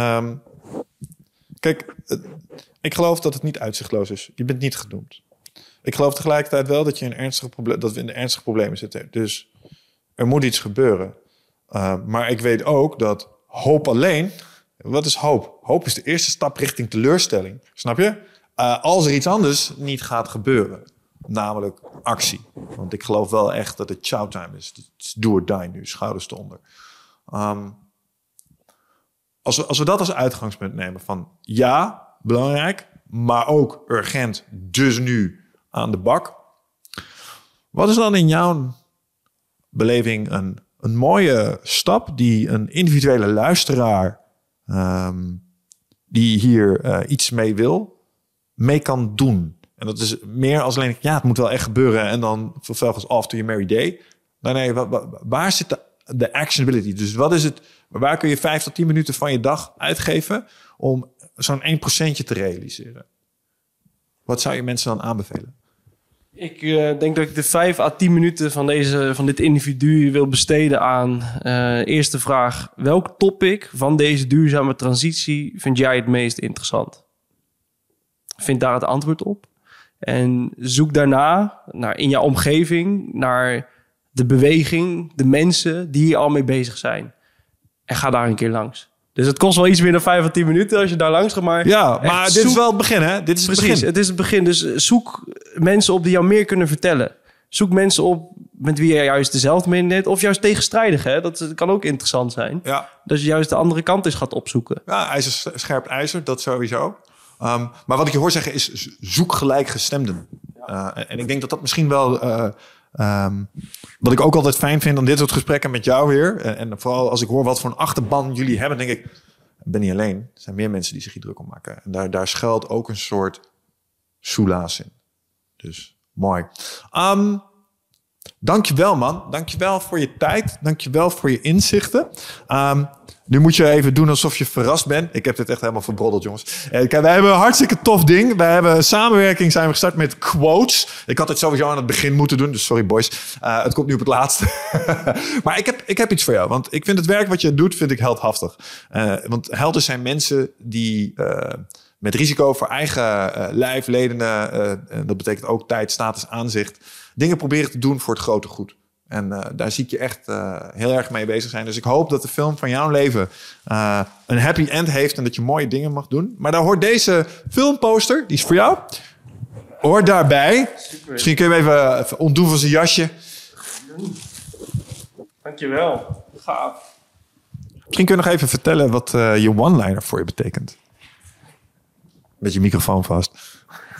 Kijk, ik geloof dat het niet uitzichtloos is. Je bent niet gedoemd. Ik geloof tegelijkertijd wel dat we in ernstige problemen zitten. Dus er moet iets gebeuren. Maar ik weet ook dat hoop alleen... Wat is hoop? Hoop is de eerste stap richting teleurstelling. Snap je? Als er iets anders niet gaat gebeuren. Namelijk actie. Want ik geloof wel echt dat het chow time is. Het is do or die nu, schouders eronder. als we dat als uitgangspunt nemen van ja, belangrijk, maar ook urgent, dus nu aan de bak. Wat is dan in jouw beleving een mooie stap die een individuele luisteraar die hier iets mee kan doen? En dat is meer als alleen, ja, het moet wel echt gebeuren en dan vervolgens after your merry day. Nee, waar zit de actionability? Dus wat is het, waar kun je 5 tot 10 minuten van je dag uitgeven om zo'n 1% te realiseren? Wat zou je mensen dan aanbevelen? Ik denk dat ik de 5 à 10 minuten van dit individu wil besteden aan eerste vraag. Welk topic van deze duurzame transitie vind jij het meest interessant? Vind daar het antwoord op. En zoek daarna in jouw omgeving naar de beweging, de mensen die hier al mee bezig zijn. En ga daar een keer langs. Dus het kost wel iets meer dan 5 à 10 minuten als je daar langs gaat. Maar ja, maar dit is wel het begin, hè? Dit is precies, het begin. Het is het begin. Dus zoek mensen op die jou meer kunnen vertellen. Zoek mensen op met wie je juist dezelfde mening hebt. Of juist tegenstrijdig, hè? Dat kan ook interessant zijn. Ja. Dat je juist de andere kant eens gaat opzoeken. Ja, ijzer scherpt ijzer, dat sowieso. Maar wat ik je hoor zeggen is zoek gelijkgestemden. En ik denk dat dat misschien wel... wat ik ook altijd fijn vind aan dit soort gesprekken met jou weer. En vooral als ik hoor wat voor een achterban jullie hebben, denk ik, ik ben niet alleen. Er zijn meer mensen die zich hier druk om maken. En daar schuilt ook een soort soelaas in. Dus mooi. Dankjewel, man. Dankjewel voor je tijd. Dankjewel voor je inzichten. Nu moet je even doen alsof je verrast bent. Ik heb dit echt helemaal verbroddeld, jongens. Kijk, wij hebben een hartstikke tof ding. Wij hebben samenwerking, zijn we gestart met quotes. Ik had het sowieso aan het begin moeten doen, dus sorry boys. Het komt nu op het laatste. Maar ik heb iets voor jou, want ik vind het werk wat je doet, vind ik heldhaftig. Want helden zijn mensen die met risico voor eigen lijf, ledenen, dat betekent ook tijd, status, aanzicht, dingen proberen te doen voor het grote goed. En daar zie ik je echt heel erg mee bezig zijn. Dus ik hoop dat de film van jouw leven een happy end heeft en dat je mooie dingen mag doen. Maar daar hoort deze filmposter, die is voor jou. Hoort daarbij. Super. Misschien kun je hem even ontdoen van zijn jasje. Dankjewel. Gaaf. Misschien kun je nog even vertellen wat je one-liner voor je betekent. Met je microfoon vast.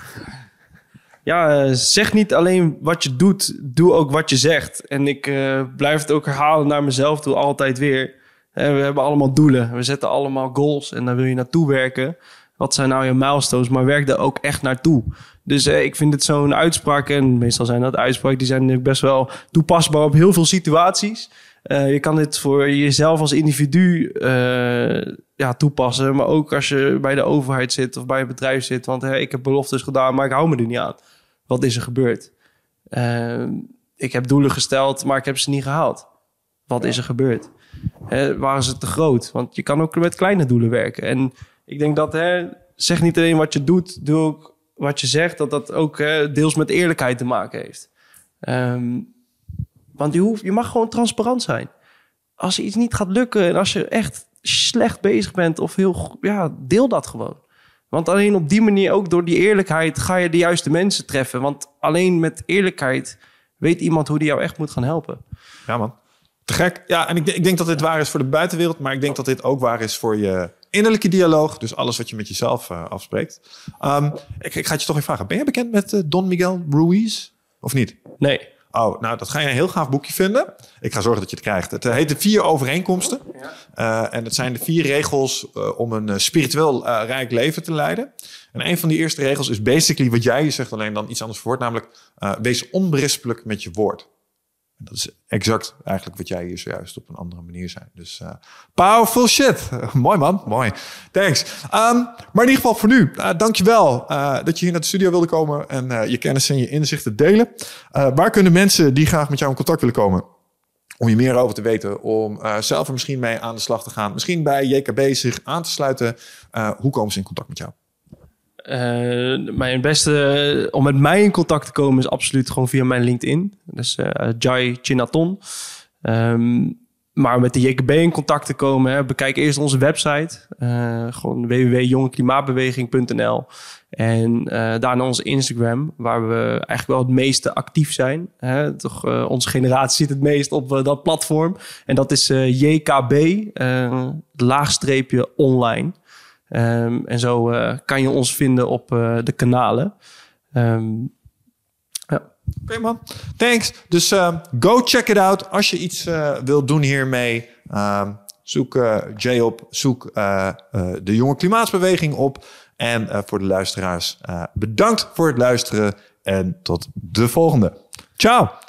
Ja, zeg niet alleen wat je doet, doe ook wat je zegt. En ik blijf het ook herhalen naar mezelf toe, altijd weer. We hebben allemaal doelen, we zetten allemaal goals en daar wil je naartoe werken. Wat zijn nou je milestones, maar werk daar ook echt naartoe. Dus ik vind het zo'n uitspraak, en meestal zijn dat uitspraken, die zijn best wel toepasbaar op heel veel situaties. Je kan dit voor jezelf als individu toepassen, maar ook als je bij de overheid zit of bij een bedrijf zit. Want ik heb beloftes gedaan, maar ik hou me er niet aan. Wat is er gebeurd? Ik heb doelen gesteld, maar ik heb ze niet gehaald. Wat is er gebeurd? Waren ze te groot? Want je kan ook met kleine doelen werken. En ik denk dat, zeg niet alleen wat je doet, doe ook wat je zegt. Dat ook deels met eerlijkheid te maken heeft. Want je mag gewoon transparant zijn. Als je iets niet gaat lukken en als je echt slecht bezig bent of deel dat gewoon. Want alleen op die manier, ook door die eerlijkheid, ga je de juiste mensen treffen. Want alleen met eerlijkheid weet iemand hoe die jou echt moet gaan helpen. Ja, man. Te gek. Ja, en ik denk dat dit waar is voor de buitenwereld, maar ik denk dat dit ook waar is voor je innerlijke dialoog. Dus alles wat je met jezelf afspreekt. Ik ga het je toch even vragen. Ben jij bekend met Don Miguel Ruiz? Of niet? Nee. Oh, nou, dat ga je een heel gaaf boekje vinden. Ik ga zorgen dat je het krijgt. Het heet de 4 overeenkomsten. Ja. En het zijn de 4 regels om een spiritueel rijk leven te leiden. En een van die eerste regels is basically wat jij zegt, alleen dan iets anders verwoord. Namelijk, wees onberispelijk met je woord. En dat is exact eigenlijk wat jij hier zojuist op een andere manier zijn. Dus powerful shit. Mooi, man. Mooi. Thanks. Maar in ieder geval voor nu, dankjewel dat je hier naar de studio wilde komen en je kennis en je inzichten delen. Waar kunnen mensen die graag met jou in contact willen komen, om je meer over te weten, om zelf er misschien mee aan de slag te gaan, misschien bij JKB zich aan te sluiten, hoe komen ze in contact met jou? Mijn beste om met mij in contact te komen is absoluut gewoon via mijn LinkedIn. Dus Jai Chinaton. Maar om met de JKB in contact te komen, bekijk eerst onze website. Gewoon www.jongeklimaatbeweging.nl. En daarna onze Instagram, waar we eigenlijk wel het meeste actief zijn. Onze generatie zit het meest op dat platform. En dat is JKB, _online. En zo kan je ons vinden op de kanalen. Oké, man. Thanks. Dus go check it out. Als je iets wilt doen hiermee, zoek Jay op. Zoek de Jonge Klimaatsbeweging op. En voor de luisteraars, bedankt voor het luisteren. En tot de volgende. Ciao.